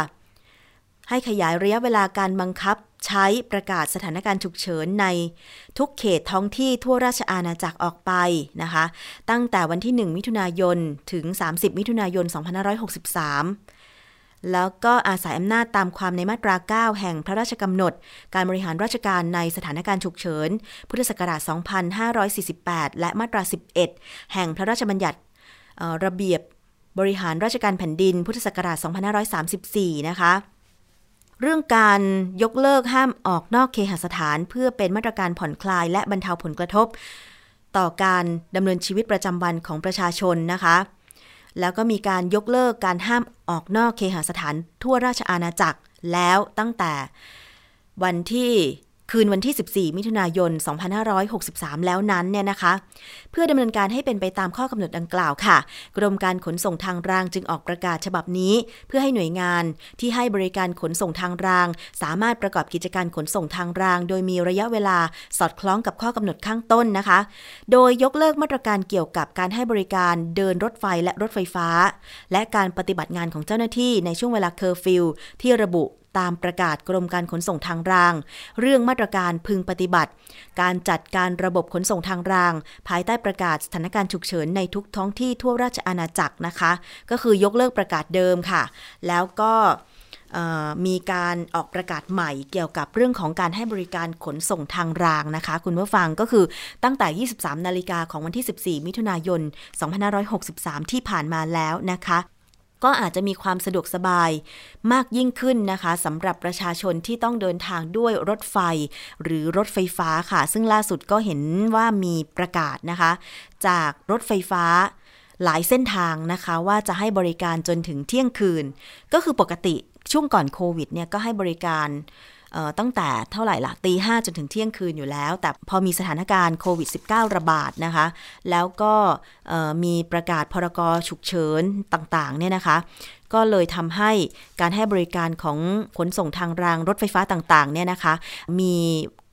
ระยะเวลาการบังคับใช้ประกาศสถานการณ์ฉุกเฉินในทุกเขตท้องที่ทั่วราชอาณาจักรออกไปนะคะตั้งแต่วันที่1มิถุนายนถึง30มิถุนายน2563แล้วก็อาศัยอำนาจตามความในมาตรา9แห่งพระราชกำหนดการบริหารราชการในสถานการณ์ฉุกเฉินพุทธศักราช2548และมาตรา11แห่งพระราชบัญญัติระเบียบบริหารราชการแผ่นดินพุทธศักราช2534นะคะเรื่องการยกเลิกห้ามออกนอกเคหสถานเพื่อเป็นมาตรการผ่อนคลายและบรรเทาผลกระทบต่อการดำเนินชีวิตประจำวันของประชาชนนะคะแล้วก็มีการยกเลิกการห้ามออกนอกเคหสถานทั่วราชอาณาจักรแล้วตั้งแต่คืนวันที่14มิถุนายน2563แล้วนั้นเนี่ยนะคะเพื่อดำเนินการให้เป็นไปตามข้อกำหนดดังกล่าวค่ะกรมการขนส่งทางรางจึงออกประกาศฉบับนี้เพื่อให้หน่วยงานที่ให้บริการขนส่งทางรางสามารถประกอบกิจการขนส่งทางรางโดยมีระยะเวลาสอดคล้องกับข้อกำหนดข้างต้นนะคะโดยยกเลิกมาตรการเกี่ยวกับการให้บริการเดินรถไฟและรถไฟฟ้าและการปฏิบัติงานของเจ้าหน้าที่ในช่วงเวลาเคอร์ฟิวที่ระบุตามประกาศกรมการขนส่งทางรางเรื่องมาตรการพึงปฏิบัติการจัดการระบบขนส่งทางรางภายใต้ประกาศสถานการณ์ฉุกเฉินในทุกท้องที่ทั่วราชอาณาจักรนะคะก็คือยกเลิกประกาศเดิมค่ะแล้วก็มีการออกประกาศใหม่เกี่ยวกับเรื่องของการให้บริการขนส่งทางรางนะคะคุณผู้ฟังก็คือตั้งแต่ 23 นาฬิกาของวันที่14มิถุนายน2563ที่ผ่านมาแล้วนะคะก็อาจจะมีความสะดวกสบายมากยิ่งขึ้นนะคะสำหรับประชาชนที่ต้องเดินทางด้วยรถไฟหรือรถไฟฟ้าค่ะซึ่งล่าสุดก็เห็นว่ามีประกาศนะคะจากรถไฟฟ้าหลายเส้นทางนะคะว่าจะให้บริการจนถึงเที่ยงคืนก็คือปกติช่วงก่อนโควิดเนี่ยก็ให้บริการตั้งแต่เท่าไหร่ล่ะ 5:00 นจนถึงเที่ยงคืนอยู่แล้วแต่พอมีสถานการณ์โควิด -19 ระบาดนะคะแล้วก็มีประกาศพรก.ฉุกเฉินต่างๆเนี่ยนะคะก็เลยทำให้การให้บริการของขนส่งทางรางรถไฟฟ้าต่างๆเนี่ยนะคะมี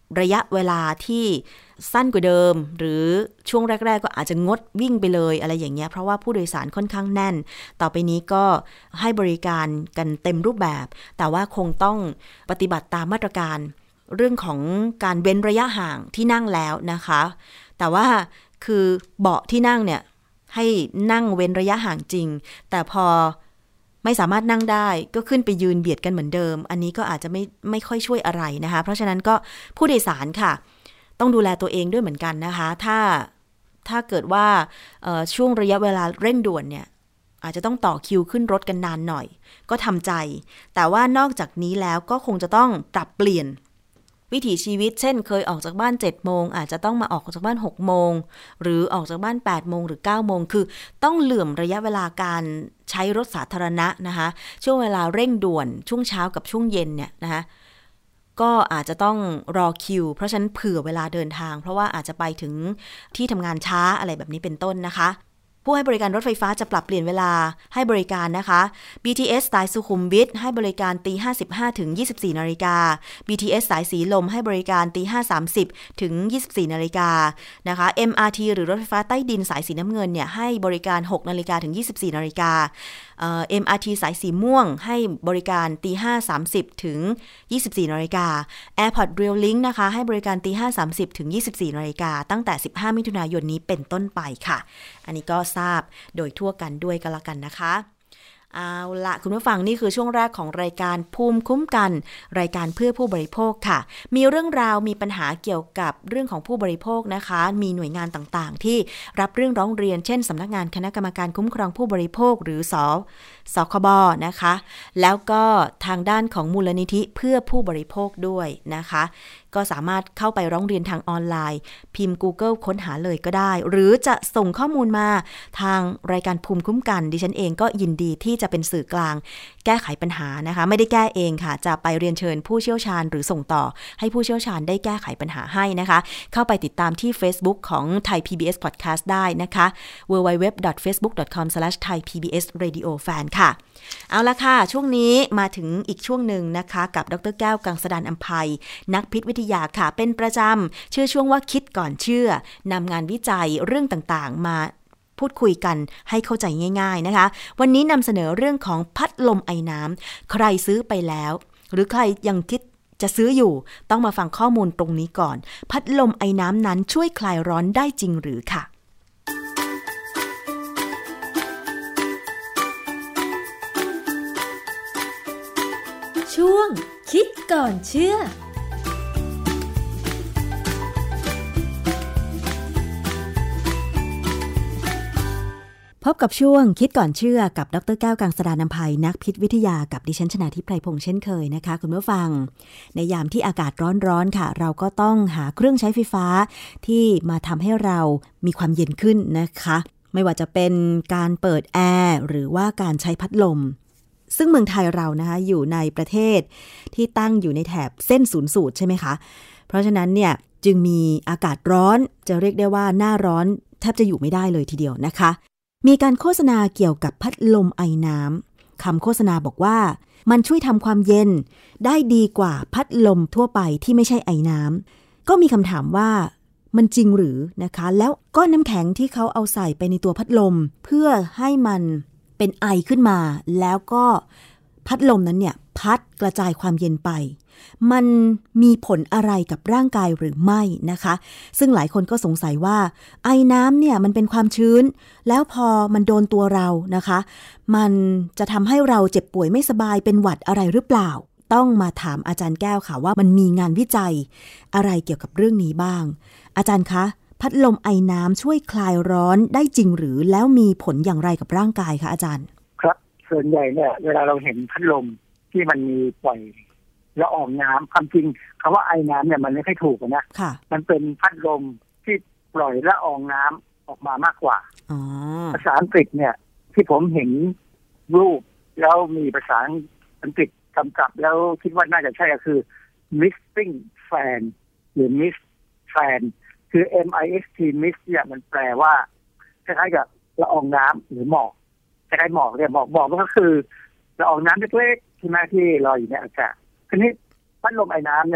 ระยะเวลาที่สั้นกว่าเดิมหรือช่วงแรกๆก็อาจจะงดวิ่งไปเลยอะไรอย่างเงี้ยเพราะว่าผู้โดยสารค่อนข้างแน่นต่อไปนี้ก็ให้บริการกันเต็มรูปแบบแต่ว่าคงต้องปฏิบัติตามมาตรการเรื่องของการเว้นระยะห่างที่นั่งแล้วนะคะแต่ว่าคือเบาะที่นั่งเนี่ยให้นั่งเว้นระยะห่างจริงแต่พอไม่สามารถนั่งได้ก็ขึ้นไปยืนเบียดกันเหมือนเดิมอันนี้ก็อาจจะไม่ค่อยช่วยอะไรนะคะเพราะฉะนั้นก็ผู้โดยสารค่ะต้องดูแลตัวเองด้วยเหมือนกันนะคะถ้าเกิดว่าช่วงระยะเวลาเร่งด่วนเนี่ยอาจจะต้องต่อคิวขึ้นรถกันนานหน่อยก็ทำใจแต่ว่านอกจากนี้แล้วก็คงจะต้องปรับเปลี่ยนวิถีชีวิตเช่นเคยออกจากบ้าน 7 โมงอาจจะต้องมาออกจากบ้าน 6 โมงหรือออกจากบ้าน 8 โมงหรือ 9 โมงคือต้องเหลื่อมระยะเวลาการใช้รถสาธารณะนะคะช่วงเวลาเร่งด่วนช่วงเช้ากับช่วงเย็นเนี่ยนะคะก็อาจจะต้องรอคิวเพราะฉะนั้นเผื่อเวลาเดินทางเพราะว่าอาจจะไปถึงที่ทำงานช้าอะไรแบบนี้เป็นต้นนะคะผู้ให้บริการรถไฟฟ้าจะปรับเปลี่ยนเวลาให้บริการนะคะ BTS สายสุขุมวิทให้บริการ 5:55 ถึง 24 นาฬิกา BTS สายสีลมให้บริการ 5:30 ถึง 24 นาฬิกานะคะ MRT หรือรถไฟฟ้าใต้ดินสายสีน้ำเงินเนี่ยให้บริการ 6 นาฬิกาถึง 24 นาฬิกาMRT สายสีม่วงให้บริการ 5:30 ถึง 24 นาฬิกา Airport Rail Link นะคะให้บริการ 5:30 ถึง 24 นาฬิกาตั้งแต่ 15 มิถุนายนนี้เป็นต้นไปค่ะอันนี้ก็ทราบโดยทั่วกันด้วยกันละกันนะคะเอาละคุณผู้ฟังนี่คือช่วงแรกของรายการภูมิคุ้มกันรายการเพื่อผู้บริโภคค่ะมีเรื่องราวมีปัญหาเกี่ยวกับเรื่องของผู้บริโภคนะคะมีหน่วยงานต่างๆที่รับเรื่องร้องเรียนเช่นสำนักงานคณะกรรมการคุ้มครองผู้บริโภคหรือสคบนะคะแล้วก็ทางด้านของมูลนิธิเพื่อผู้บริโภคด้วยนะคะก็สามารถเข้าไปร้องเรียนทางออนไลน์พิมพ์ Google ค้นหาเลยก็ได้หรือจะส่งข้อมูลมาทางรายการภูมิคุ้มกันดิฉันเองก็ยินดีที่จะเป็นสื่อกลางแก้ไขปัญหานะคะไม่ได้แก้เองค่ะจะไปเรียนเชิญผู้เชี่ยวชาญหรือส่งต่อให้ผู้เชี่ยวชาญได้แก้ไขปัญหาให้นะคะเข้าไปติดตามที่ Facebook ของ Thai PBS Podcast ได้นะคะ www.facebook.com/thaipbsradiofan ค่ะเอาละค่ะช่วงนี้มาถึงอีกช่วงหนึ่งนะคะกับดร.แก้วกังสดาลอำไพนักพิษวิทยาค่ะเป็นประจำชื่อช่วงว่าคิดก่อนเชื่อนำงานวิจัยเรื่องต่างๆมาพูดคุยกันให้เข้าใจง่ายๆนะคะวันนี้นำเสนอเรื่องของพัดลมไอน้ำใครซื้อไปแล้วหรือใครยังคิดจะซื้ออยู่ต้องมาฟังข้อมูลตรงนี้ก่อนพัดลมไอน้ำนั้นช่วยคลายร้อนได้จริงหรือค่ะช่วงคิดก่อนเชื่อพบกับช่วงคิดก่อนเชื่อกับดร.แก้วกังสดาลอำไพนักพิษวิทยากับดิฉันชนาธิป ไพรพงษ์เช่นเคยนะคะคุณผู้ฟังในยามที่อากาศร้อนๆค่ะเราก็ต้องหาเครื่องใช้ไฟฟ้าที่มาทำให้เรามีความเย็นขึ้นนะคะไม่ว่าจะเป็นการเปิดแอร์หรือว่าการใช้พัดลมซึ่งเมืองไทยเรานะคะอยู่ในประเทศที่ตั้งอยู่ในแถบเส้นศูนย์สูตรใช่ไหมคะเพราะฉะนั้นเนี่ยจึงมีอากาศร้อนจะเรียกได้ว่าหน้าร้อนแทบจะอยู่ไม่ได้เลยทีเดียวนะคะมีการโฆษณาเกี่ยวกับพัดลมไอน้ำคำโฆษณาบอกว่ามันช่วยทำความเย็นได้ดีกว่าพัดลมทั่วไปที่ไม่ใช่ไอน้ำก็มีคำถามว่ามันจริงหรือนะคะแล้วก้อนน้ำแข็งที่เขาเอาใส่ไปในตัวพัดลมเพื่อให้มันเป็นไอขึ้นมาแล้วก็พัดลมนั้นเนี่ยพัดกระจายความเย็นไปมันมีผลอะไรกับร่างกายหรือไม่นะคะซึ่งหลายคนก็สงสัยว่าไอน้ำเนี่ยมันเป็นความชื้นแล้วพอมันโดนตัวเรานะคะมันจะทำให้เราเจ็บป่วยไม่สบายเป็นหวัดอะไรหรือเปล่าต้องมาถามอาจารย์แก้วค่ะว่ามันมีงานวิจัยอะไรเกี่ยวกับเรื่องนี้บ้างอาจารย์คะพัดลมไอน้ำช่วยคลายร้อนได้จริงหรือแล้วมีผลอย่างไรกับร่างกายคะอาจารย์ครับส่วนใหญ่เนี่ยเวลาเราเห็นพัดลมที่มันมีปล่อยละอองน้ำความจริงคำว่าไอน้ำเนี่ยมันไม่ค่อยถูกนะมันเป็นพัดลมที่ปล่อยละอองน้ำออกมามากกว่าภาษาอังกฤษเนี่ยที่ผมเห็นรูปแล้วมีภาษาอังกฤษกำกับแล้วคิดว่าน่าจะใช่ก็คือ misting fan หรือ mist fan คือ mist mist เนี่ยมันแปลว่าคล้ายๆกับละอองน้ำหรือหมอกคล้ายๆหมอกเนี่ยหมอกก็คือละอองน้ำเล็กๆที่ลอยอยู่ในอากาศทีนี้พัดลมไอ้น้ำเนี่ย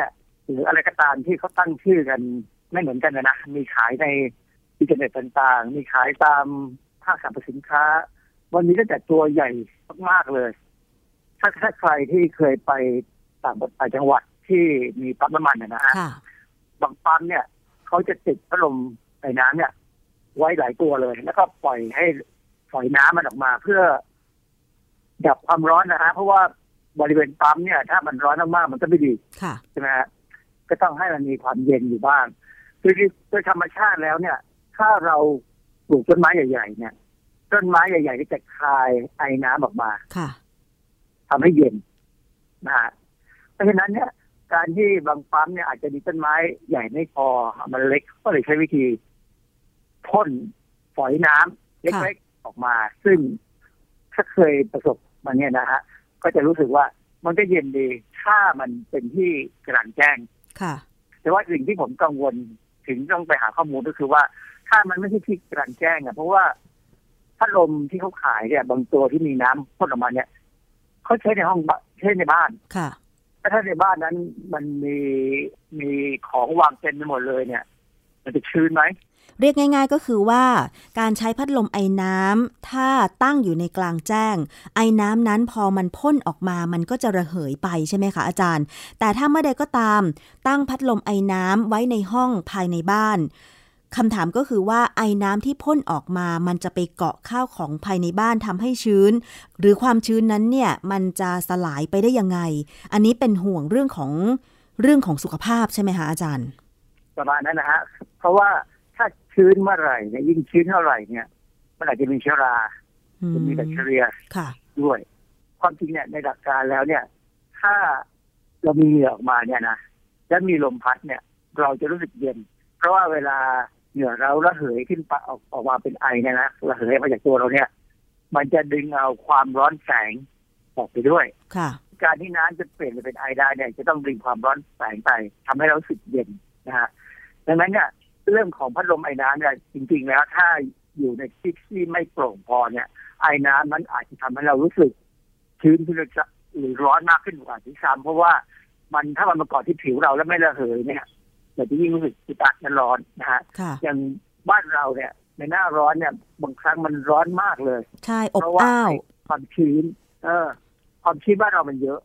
หรืออะไรก็ตามที่เขาตั้งชื่อกันไม่เหมือนกันนะมีขายในอินเทอร์เน็ตต่างๆมีขายตามห้างสรรพสินค้าวันนี้ตั้งแต่ตัวใหญ่มากๆเลยถ้าใครที่เคยไปต่างจังหวัดที่มีปั๊มน้ำมันนะฮะบางปั๊มเนี่ยเขาจะติดพัดลมไอ้น้ำเนี่ยไว้หลายตัวเลยแล้วก็ปล่อยให้ฝอยน้ำมันออกมาเพื่อดับความร้อนนะฮะเพราะว่าบริเวณปั๊มเนี่ยถ้ามันร้อนมากๆมันก็ไม่ดีใช่ไหมฮะก็ต้องให้มันมีความเย็นอยู่บ้างโดยธรรมชาติแล้วเนี่ยถ้าเราปลูกต้นไม้ใหญ่ๆเนี่ยต้นไม้ใหญ่ๆที่จะคายไอน้ำออกมาทำให้เย็นนะฮะเพราะฉะนั้นเนี่ยการที่บางปั๊มเนี่ยอาจจะมีต้นไม้ใหญ่ไม่พอมันเล็กก็เลยใช้วิธีพ่นฝอยน้ำเล็กๆออกมาซึ่งถ้าเคยประสบมันเนี่ยนะฮะก็จะรู้สึกว่ามันก็เย็นดีถ้ามันเป็นที่กลางแจ้งแต่ว่าสิ่งที่ผมกังวลถึงต้องไปหาข้อมูลก็คือว่าถ้ามันไม่ใช่ที่กลางแจ้งเพราะว่าพัดลมที่เขาขายเนี่ยบางตัวที่มีน้ำพ่นออกมาเนี่ยเขาใช้ในห้องใช้ในบ้านถ้าในบ้านนั้นมันมีของวางเต็มไปหมดเลยเนี่ยมันจะชื้นไหมเรียกง่ายๆก็คือว่าการใช้พัดลมไอน้ำถ้าตั้งอยู่ในกลางแจ้งไอน้ำนั้นพอมันพ่นออกมามันก็จะระเหยไปใช่ไหมคะอาจารย์แต่ถ้าเมื่อใดก็ตามตั้งพัดลมไอน้ำไว้ในห้องภายในบ้านคำถามก็คือว่าไอน้ำที่พ่นออกมามันจะไปเกาะข้าวของภายในบ้านทำให้ชื้นหรือความชื้นนั้นเนี่ยมันจะสลายไปได้ยังไงอันนี้เป็นห่วงเรื่องของสุขภาพใช่ไหมคะอาจารย์ประมาณนั้นนะฮะเพราะว่าถ้าชื้นเมื่อไหร่เนี่ยยิ่งชื้นเท่าไหร่เนี่ยมันอาจจะมีเชื้อราจะมีแบคทีเรียด้วยความจริงเนี่ยในหลักการแล้วเนี่ยถ้าเรามีเหงื่อออกมาเนี่ยนะและมีลมพัดเนี่ยเราจะรู้สึกเย็นเพราะว่าเวลาเหงื่อเราระเหยขึ้นไปออกมาเป็นไอเนี่ยนะระเหยมาจากตัวเราเนี่ยมันจะดึงเอาความร้อนแสงออกไปด้วยการที่น้ำจะเปลี่ยนเป็นไอได้เนี่ยจะต้องดึงความร้อนแสงไปทำให้เรารู้สึกเย็นนะฮะดังนั้นเนี่ยเรื่องของพัดลมไอ้น้ำเนี่ยจริงๆแล้วถ้าอยู่ในที่ไม่โปร่งพอเนี่ยไอ้น้ำมันอาจจะทำให้เรารู้สึกชื้นขึ้นหรือร้อนมากขึ้นกว่าที่ซ้ำเพราะว่ามันถ้ามันมาเกาะที่ผิวเราแล้วไม่ระเหยเนี่ยเราจะยิ่งรู้สึกอึดอัดและร้อนนะฮะอย่างบ้านเราเนี่ยในหน้าร้อนเนี่ยบางครั้งมันร้อนมากเลยใช่อบอ้าวความชื้นความชื้นบ้านเรามันเยอะ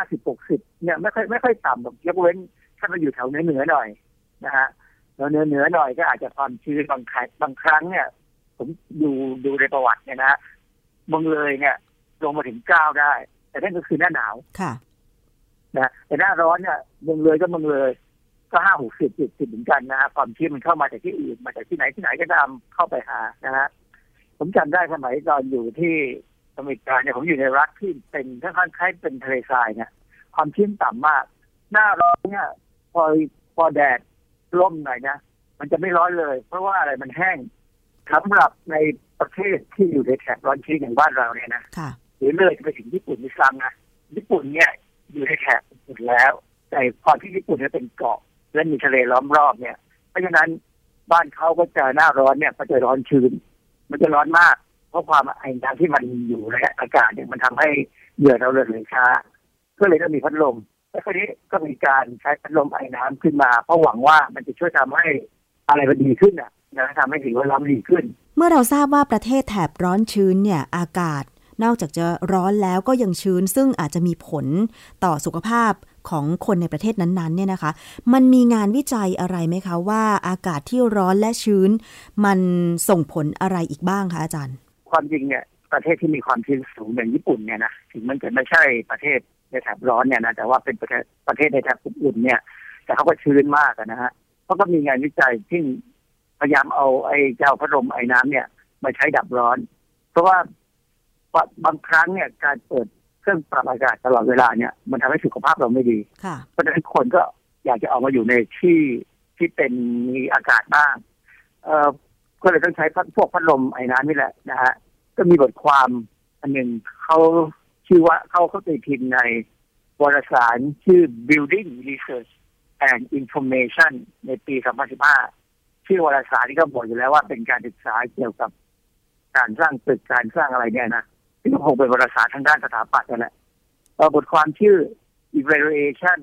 50-60เนี่ยไม่ค่อยต่ำหรอกยกเว้นถ้ามันอยู่แถวเหนือหน่อยนะฮะแล้วเหนือหน่อยก็อาจจะความชื้นบางครั้งเนี่ยผมดูในประวัติเนี่ยนะเมืองเลยเนี่ยลงมาถึง9ได้แต่นั่นก็คือหน้าหนาวนะแต่หน้าร้อนเนี่ยเมืองเลยก็50-60เหมือนกันนะฮะความชื้นมันเข้ามาจากที่อื่นมาจากที่ไหนก็ตามเข้าไปหานะฮะผมจำได้สมัยตอนอยู่ที่อเมริกาเนี่ยผมอยู่ในรัฐที่เป็นค่อนข้างคล้ายเป็นทะเลทรายเนี่ยความชื้นต่ำมากหน้าร้อนเนี่ยพอแดดร่มหน่อยนะมันจะไม่ร้อนเลยเพราะว่าอะไรมันแห้งสำหรับในประเทศที่อยู่ในแถบร้อนชื้นอย่างบ้านเราเนี่ยนะหรือเลยไปถึงญี่ปุ่นนี่ซ้ำนะญี่ปุ่นเนี่ยอยู่ในแถบหมดแล้วแต่พอที่ญี่ปุ่นเนี่ยเป็นเกาะและมีทะเลล้อมรอบเนี่ยเพราะฉะนั้นบ้านเขาก็จะหน้าร้อนเนี่ยก็จะร้อนชื้นมันจะร้อนมากเพราะความไอน้ำที่มันอยู่ในอากาศเนี่ยมันทำให้เหงื่อเราระเหยช้าก็เลยต้องมีพัดลมแล้วคราวนี้ก็มีการใช้พัดลมไอน้ำขึ้นมาเพราะหวังว่ามันจะช่วยทำให้อะไรมันดีขึ้นนะทำให้สิ่งแวดล้อมดีขึ้นเมื่อเราทราบว่าประเทศแถบร้อนชื้นเนี่ยอากาศนอกจากจะร้อนแล้วก็ยังชื้นซึ่งอาจจะมีผลต่อสุขภาพของคนในประเทศนั้นๆเนี่ยนะคะมันมีงานวิจัยอะไรไหมคะว่าอากาศที่ร้อนและชื้นมันส่งผลอะไรอีกบ้างคะอาจารย์ความจริงเนี่ยประเทศที่มีความชื้นสูงอย่างญี่ปุ่นเนี่ยนะถึงมันจะไม่ใช่ประเทศในแถบร้อนเนี่ยนะแต่ว่าเป็นประเทศในแถบอุ่นเนี่ยแต่เขาก็ชื้นมากนะฮะเขาก็มีงานวิจัยที่พยายามเอาไอ้เจ้าพัดลมไอ้น้ำเนี่ยมาใช้ดับร้อนเพราะว่าบางครั้งเนี่ยการเปิดเครื่องปรับอากาศตลอดเวลาเนี่ยมันทำให้สุขภาพเราไม่ดีเพราะฉะนั้นคนก็อยากจะออกมาอยู่ในที่เป็นมีอากาศบ้างก็เลยต้องใช้พวกพัดลมไอ้น้ำนี่แหละนะฮะก็มีบทความอันหนึ่งเขาชื่อว่าเขาตีพิมพ์ในวารสารชื่อ Building Research and Information ในปี 2015 ชื่อวารสารที่ก็บอกอยู่แล้วว่าเป็นการศึกษาเกี่ยวกับการสร้างตึกการสร้างอะไรเนี่ยนะที่ก็คงเป็นวารสารทางด้านสถาปัตย์นั่นแหละบทความชื่อ Evaluation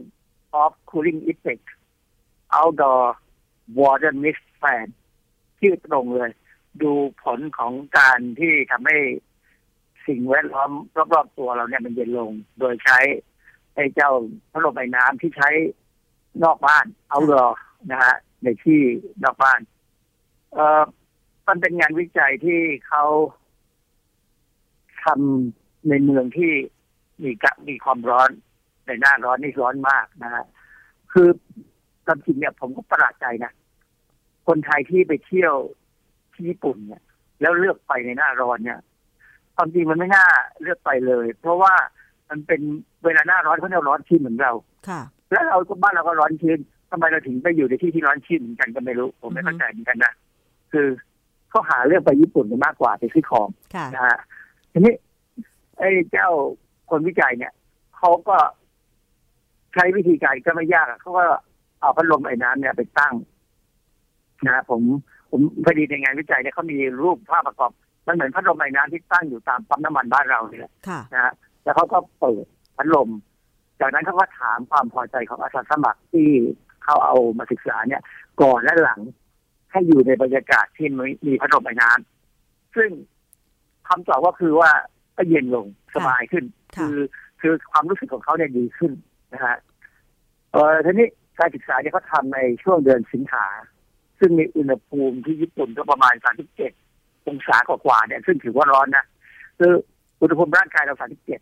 of cooling effect outdoor water mist fan ชื่อตรงเลยดูผลของการที่ทำให้สิ่งแวดล้อมรอบๆตัวเราเนี่ยมันเย็นลงโดยใช้ไอ้เจ้าพัดลมไอ้น้ำที่ใช้นอกบ้านoutdoorนะฮะในที่นอกบ้านมันเป็นงานวิจัยที่เขาทำในเมืองที่มีความร้อนในหน้าร้อนนี่ร้อนมากนะฮะคือตามจริงเนี่ยผมก็ประหลาดใจนะคนไทยที่ไปเที่ยวที่ญี่ปุ่นเนี่ยแล้วเลือกไปในหน้าร้อนเนี่ยความจริงมันไม่น่าเลือกไปเลยเพราะว่ามันเป็นเวลาหน้าร้อนเขาเนี่ยร้อนชื้นเหมือนเราค่ะแล้วเราก็บ้านเราก็ร้อนชื้นทำไมเราถึงไปอยู่ในที่ร้อนชื้นเหมือนกันก็ไม่รู้ผมไม่เข้าใจเหมือนกันนะคือเขาหาเรื่องไปญี่ปุ่นมากกว่าไปซื้อของนะฮะทีนี้ไอ้เจ้าคนวิจัยเนี่ยเขาก็ใช้วิธีการก็ไม่ยากเขาก็เอาพัดลมไอ้น้ำเนี่ยไปตั้งนะผมพอดีในงานวิจัยเนี่ยเขามีรูปภาพประกอบมันเหมือนพัดลมไอ้น้ำที่ตั้งอยู่ตามปั๊มน้ำมันบ้านเราเนี่ยนะฮะแล้วเขาก็เปิดพัดลมจากนั้นเขาก็ถามความพอใจของอาสาสมัครที่เขาเอามาศึกษาเนี่ยก่อนและหลังให้อยู่ในบรรยากาศที่มีพัดลมไอ้น้ำซึ่งคำตอบก็คือว่าก็เย็นลงสบายขึ้นคือความรู้สึกของเขาเนี่ยดีขึ้นนะฮะทีนี้การศึกษาเนี่ยเขาทำในช่วงเดือนสิงหาซึ่งมีอุณหภูมิที่ญี่ปุ่นก็ประมาณ37องศากว่าเนี่ยซึ่งถือว่าร้อนนะคืออุณหภูมิร่างกายเรา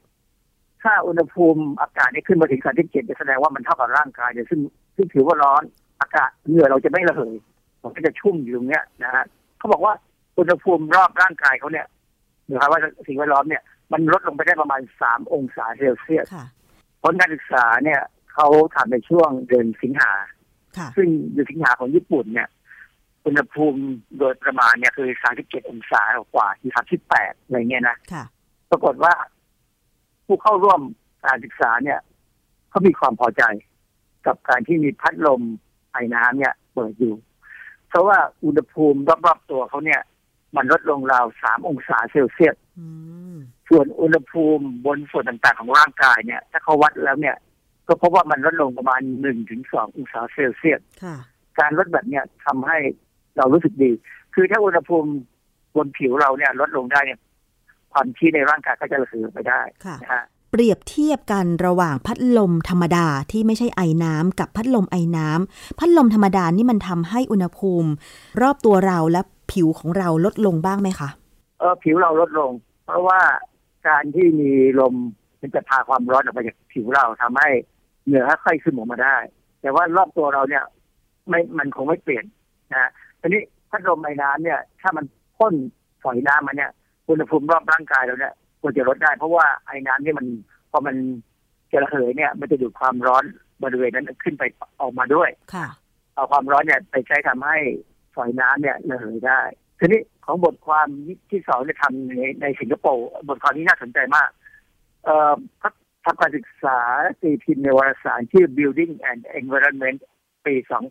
37ถ้าอุณหภูมิอากาศเนี่ยขึ้นมาถึง37จะแสดงว่ามันเท่ากับร่างกายเนี่ยซึ่งถือว่าร้อนอากาศเหงื่อเราจะไม่ระเหยมันก็จะชุ่มอยู่ตรงเนี้ยนะฮะเขาบอกว่าอุณหภูมิรอบร่างกายเขาเนี่ยนะครับว่าสิ่งแวดล้อมเนี่ยมันลดลงไปได้ประมาณ3องศาเซลเซียสผลการศึกษาเนี่ยเขาทำในช่วงเดือนสิงหาซึ่งเดือนสิงหาของญี่ปุ่นเนี่ยอุณหภูมิโดยประมาณเนี่ยคือ37องศากว่าที่38อะไรเงี้ยนะปรากฏว่าผู้เข้าร่วมการศึกษาเนี่ยเขามีความพอใจกับการที่มีพัดลมไอ้น้ำเนี่ยเปิดอยู่เพราะว่าอุณหภูมิรอบๆตัวเขาเนี่ยมันลดลงราว3องศาเซลเซียสส่วนอุณหภูมิบนส่วนต่างๆของร่างกายเนี่ยถ้าเขาวัดแล้วเนี่ยก็พบว่ามันลดลงประมาณ 1-2 องศาเซลเซียสการลดแบบเนี้ยทำให้เรารู้สึกดีคือถ้าอุณหภูมิบนผิวเราเนี่ยลดลงได้เนี่ยความชื้นในร่างกายก็จะระเหยไปได้นะฮะเปรียบเทียบกันระหว่างพัดลมธรรมดาที่ไม่ใช่ไอน้ำกับพัดลมไอน้ำพัดลมธรรมดานี่มันทำให้อุณหภูมิรอบตัวเราและผิวของเราลดลงบ้างไหมคะผิวเราลดลงเพราะว่าการที่มีลมมันจะพาความร้อนออกไปจากผิวเราทำให้เหงื่อค่อยๆขึ้นออกมาได้แต่ว่ารอบตัวเราเนี่ยมันคงไม่เปลี่ยนนะทีนี้พัดลมไอ้น้ำเนี่ยถ้ามันพ่นฝอยน้ำมาเนี่ยอุณหภูมิรอบร่างกายเราเนี่ยควรจะลดได้เพราะว่าไอ้น้ำเนี่ยมันพอมันจะระเหยเนี่ยมันจะดูดความร้อนบริเวณนั้นขึ้นไปออกมาด้วยเอาความร้อนเนี่ยไปใช้ทำให้ฝอยน้ำเนี่ยระเหยได้ทีนี้ของบทความที่2เนี่ยทำในสิงคโปร์บทความนี้น่าสนใจมากทำการศึกษาตีพิมพ์ในวารสารชื่อ Building and Environment ปี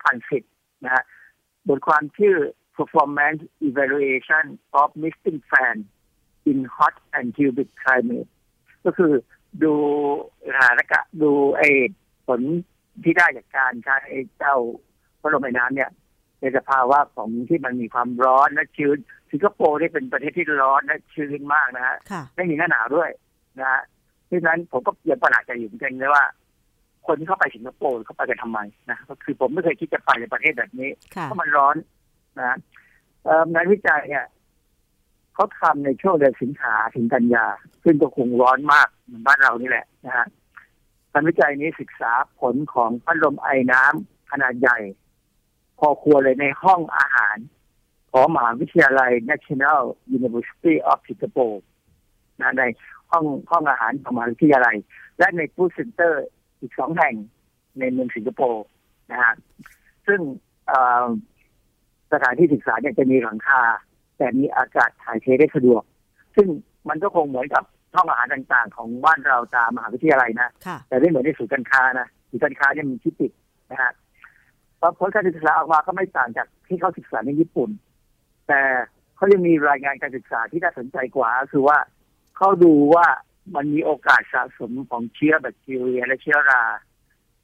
2010 นะฮะบทความชื่อ Performance Evaluation of Misting Fan in Hot and Humid Climate ก็คือดูดูผลที่ได้จากการใช้เจ้าพัดลมไอ้น้ำเนี่ยในสภาวะของที่มันมีความร้อนและชื้นสิงคโปร์นี่เป็นประเทศที่ร้อนและชื้นมากนะฮะไม่มีหน้าหนาวด้วยนะฮะดังนั้นผมก็ยังประหลาดใจอยู่เหมือนกันเลยว่าคนที่เข้าไปสิงคโปร์เขาไปกันทำไมนะก็คือผมไม่เคยคิดจะไปในประเทศแบบนี้เพราะมันร้อนนะงานวิจัยเนี่ยเขาทำในช่วงเดือนสิงหาถึงกันยาซึ่งก็คงร้อนมากเหมือนบ้านเรานี่แหละนะฮะงานวิจัยนี้ศึกษาผลของพัดลมไอน้ำขนาดใหญ่พอครัวเลยในห้องอาหารของมหาวิทยาลัย National University of Singapore นะในห้องอาหารของมหาวิทยาลัยและในฟู้ดเซ็นเตอร์อีก2แห่งในเมืองสิงคโปร์นะฮะซึ่งสถานที่ศึกษาเนี่ยจะมีหลังคาแต่มีอากาศถ่ายเทได้สะดวกซึ่งมันก็คงเหมือนกับห้องอาหารต่างๆของบ้านเราตามมหาวิทยาลัยนะแต่ไม่เหมือนในศูนย์การค้านะศูนย์การค้าเนี่ยมีที่ปิดนะฮะผลการศึกษาออกมาก็ไม่ต่างจากที่เขาศึกษาในญี่ปุ่นแต่เขายังมีรายงานการศึกษาที่น่าสนใจกว่าคือว่าเขาดูว่ามันมีโอกาสสะสมของเชื้อแบคทีเรียและเชื้อรา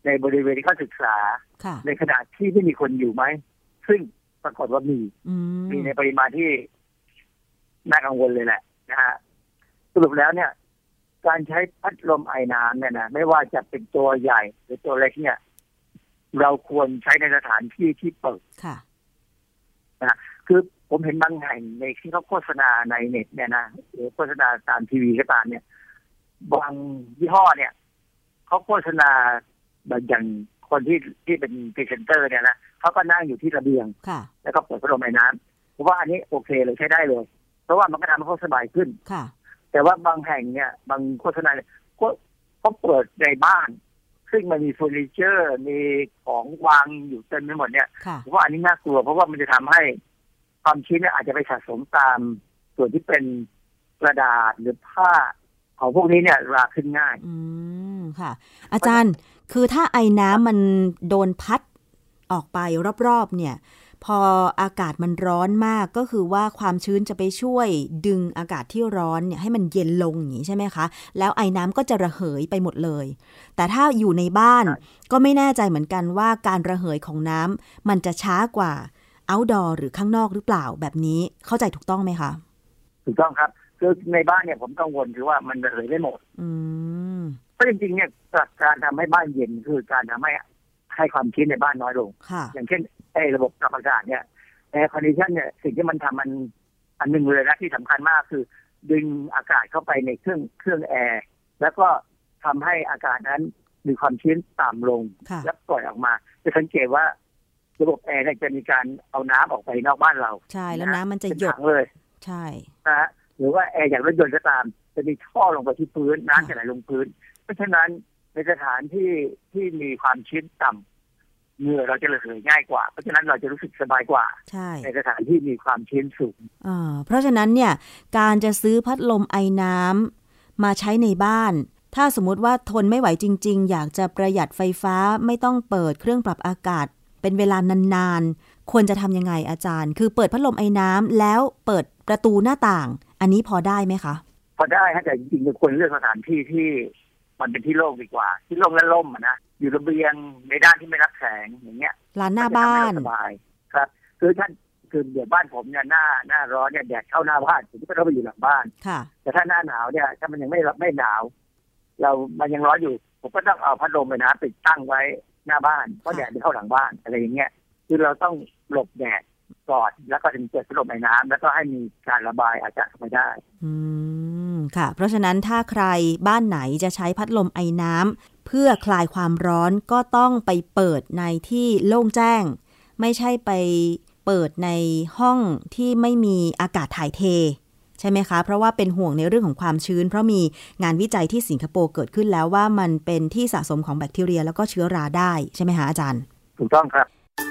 ในบริเวณที่เขาศึกษาในขณะที่ไม่มีคนอยู่ไหมซึ่งปรากฏว่ามีในปริมาณที่น่ากังวลเลยแหละนะฮะสรุปแล้วเนี่ยการใช้พัดลมไอน้ำเนี่ยนะไม่ว่าจะเป็นตัวใหญ่หรือตัวเล็กเนี่ยเราควรใช้ในสถานที่ที่เปิดนะคือผมเห็นบางแห่งในที่เขาโฆษณาในเน็ตเนี่ยนะหรือโฆษณาตามทีวีก็ตามเนี่ยบางยี่ห้อเนี่ยเขาโฆษณาแบบอย่างคนที่เป็นพรีเซนเตอร์เนี่ยนะเขาก็นั่งอยู่ที่ระเบียงแล้วก็เปิดพัดลมไอ้น้ำเพราะว่าอันนี้โอเคเลยใช้ได้เลยเพราะว่ามันก็ทำให้เขาสบายขึ้นแต่ว่าบางแห่งเนี่ยบางโฆษณาก็เขาเปิดในบ้านซึ่งมันมีเฟอร์นิเจอร์มีของวางอยู่เต็มไปหมดเนี่ยผมว่าอันนี้น่ากลัวเพราะว่ามันจะทำให้ความชื้นเนี่ยอาจจะไปสะสมตามส่วนที่เป็นกระดาษหรือผ้าของพวกนี้เนี่ยราขึ้นง่ายค่ะอาจารย์คือถ้าไอน้ำมันโดนพัดออกไปรอบๆเนี่ยพออากาศมันร้อนมากก็คือว่าความชื้นจะไปช่วยดึงอากาศที่ร้อนเนี่ยให้มันเย็นลงอย่างนี้ใช่ไหมคะแล้วไอน้ำก็จะระเหยไปหมดเลยแต่ถ้าอยู่ในบ้านก็ไม่แน่ใจเหมือนกันว่าการระเหยของน้ำมันจะช้ากว่า outdoor หรือข้างนอกหรือเปล่าแบบนี้เข้าใจถูกต้องไหมคะถูกต้องครับคือในบ้านเนี่ยผมกังวลคือว่ามันระเหยได้หมดเพราะจริงๆเนี่ยการทำให้บ้านเย็นคือการทำให้ความชื้นในบ้านน้อยลงอย่างเช่นระบบปรับอากาศเนี่ยแอร์คอนดิชันเนี่ยสิ่งที่มันทำมันอันหนึ่งเลยนะที่สำคัญมากคือดึงอากาศเข้าไปในเครื่องแอร์แล้วก็ทำให้อากาศนั้นมีความชื้นต่ำลงแล้วปล่อยออกมาจะสังเกตว่าระบบแอร์เนี่ยจะมีการเอาน้ำออกไปนอกบ้านเราใช่แล้วน้ำมันจะหยดเลยใช่นะหรือว่าแอร์อย่างรถยนต์ก็ตามจะมีท่อลงไปที่พื้นน้ำจะไหลลงพื้นเพราะฉะนั้นในสถานที่มีความชื้นต่ำเหงื่อเราจะระเหยง่ายกว่าเพราะฉะนั้นเราจะรู้สึกสบายกว่าในสถานที่มีความชื้นสูงเพราะฉะนั้นเนี่ยการจะซื้อพัดลมไอน้ำมาใช้ในบ้านถ้าสมมุติว่าทนไม่ไหวจริงๆอยากจะประหยัดไฟฟ้าไม่ต้องเปิดเครื่องปรับอากาศเป็นเวลานานๆควรจะทำยังไงอาจารย์คือเปิดพัดลมไอน้ำแล้วเปิดประตูหน้าต่างอันนี้พอได้ไหมคะพอได้แต่จริงๆควรเลือกสถานที่ที่มันเป็นที่โล่งดีกว่าที่โล่งและร่มนะอยู่ระเบียงในด้านที่ไม่รับแสงอย่างเงี้ยลานหน้าบ้านสบายครับคือเดี๋ยวบ้านผมเนี่ยหน้าร้อนเนี่ยแดดเข้าหน้าบ้านผมก็ต้องไปอยู่หลังบ้านแต่ถ้าหน้าหนาวเนี่ยถ้ามันยังไม่หนาวมันยังร้อนอยู่ผมก็ต้องเอาพัดลมไปนะไปตั้งไว้หน้าบ้านเพราะแดดจะเข้าหลังบ้านอะไรอย่างเงี้ยคือเราต้องหลบแดดก่อนแล้วก็ถึงเปิดพัดลมในน้ำแล้วก็ให้มีการระบายอากาศเข้าไปได้ค่ะเพราะฉะนั้นถ้าใครบ้านไหนจะใช้พัดลมไอน้ำเพื่อคลายความร้อนก็ต้องไปเปิดในที่โล่งแจ้งไม่ใช่ไปเปิดในห้องที่ไม่มีอากาศถ่ายเทใช่ไหมคะเพราะว่าเป็นห่วงในเรื่องของความชื้นเพราะมีงานวิจัยที่สิงคโปร์เกิดขึ้นแล้วว่ามันเป็นที่สะสมของแบคทีเรียแล้วก็เชื้อราได้ใช่ไหมคะอาจารย์ถูกต้องครับ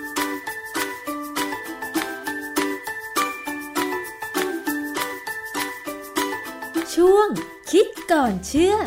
ช่วงคิดก่อนเชื่อ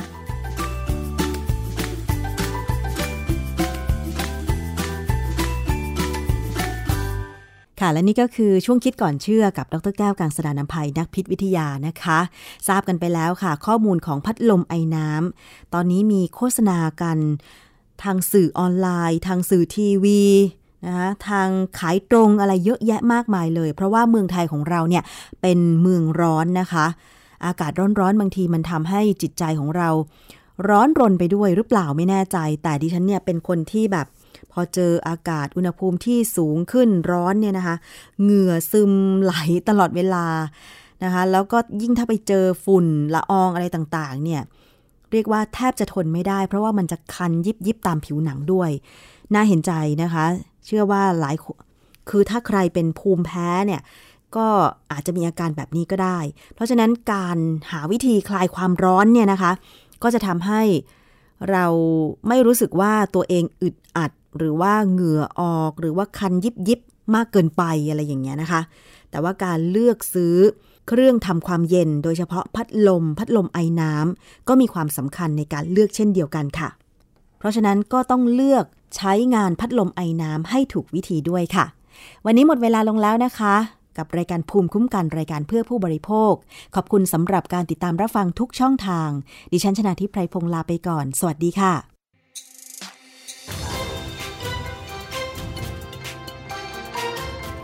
ค่ะและนี่ก็คือช่วงคิดก่อนเชื่อกับดร.แก้วกังสดาลอำไพนักพิษวิทยานะคะทราบกันไปแล้วค่ะข้อมูลของพัดลมไอน้ำตอนนี้มีโฆษณากันทางสื่อออนไลน์ทางสื่อทีวีนะคะทางขายตรงอะไรเยอะแยะมากมายเลยเพราะว่าเมืองไทยของเราเนี่ยเป็นเมืองร้อนนะคะอากาศร้อนๆบางทีมันทำให้จิตใจของเราร้อนรนไปด้วยหรือเปล่าไม่แน่ใจแต่ดิฉันเนี่ยเป็นคนที่แบบพอเจออากาศอุณหภูมิที่สูงขึ้นร้อนเนี่ยนะคะเหงื่อซึมไหลตลอดเวลานะคะแล้วก็ยิ่งถ้าไปเจอฝุ่นละอองอะไรต่างๆเนี่ยเรียกว่าแทบจะทนไม่ได้เพราะว่ามันจะคันยิบตามผิวหนังด้วยน่าเห็นใจนะคะเชื่อว่าหลายคือถ้าใครเป็นภูมิแพ้เนี่ยก็อาจจะมีอาการแบบนี้ก็ได้เพราะฉะนั้นการหาวิธีคลายความร้อนเนี่ยนะคะก็จะทำให้เราไม่รู้สึกว่าตัวเองอึดอัดหรือว่าเหงื่อออกหรือว่าคันยิบมากเกินไปอะไรอย่างเงี้ยนะคะแต่ว่าการเลือกซื้อเครื่องทำความเย็นโดยเฉพาะพัดลมไอน้ำก็มีความสำคัญในการเลือกเช่นเดียวกันค่ะเพราะฉะนั้นก็ต้องเลือกใช้งานพัดลมไอน้ำให้ถูกวิธีด้วยค่ะวันนี้หมดเวลาลงแล้วนะคะกับรายการภูมิคุ้มกันรายการเพื่อผู้บริโภคขอบคุณสำหรับการติดตามรับฟังทุกช่องทางดิฉันชนาธิป ไพรพงษ์ลาไปก่อนสวัสดีค่ะ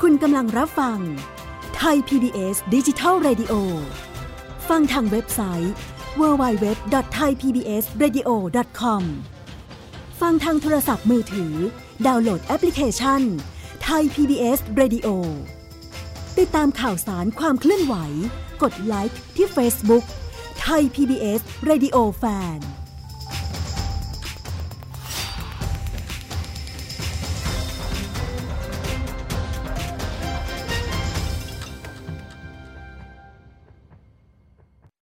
คุณกำลังรับฟังไทย PBS Digital Radio ฟังทางเว็บไซต์ www.thaipbsradio.com ฟังทางโทรศัพท์มือถือดาวน์โหลดแอปพลิเคชัน Thai PBS Radio ติดตามข่าวสารความเคลื่อนไหวกดไลค์ที่ Facebook Thai PBS Radio Fan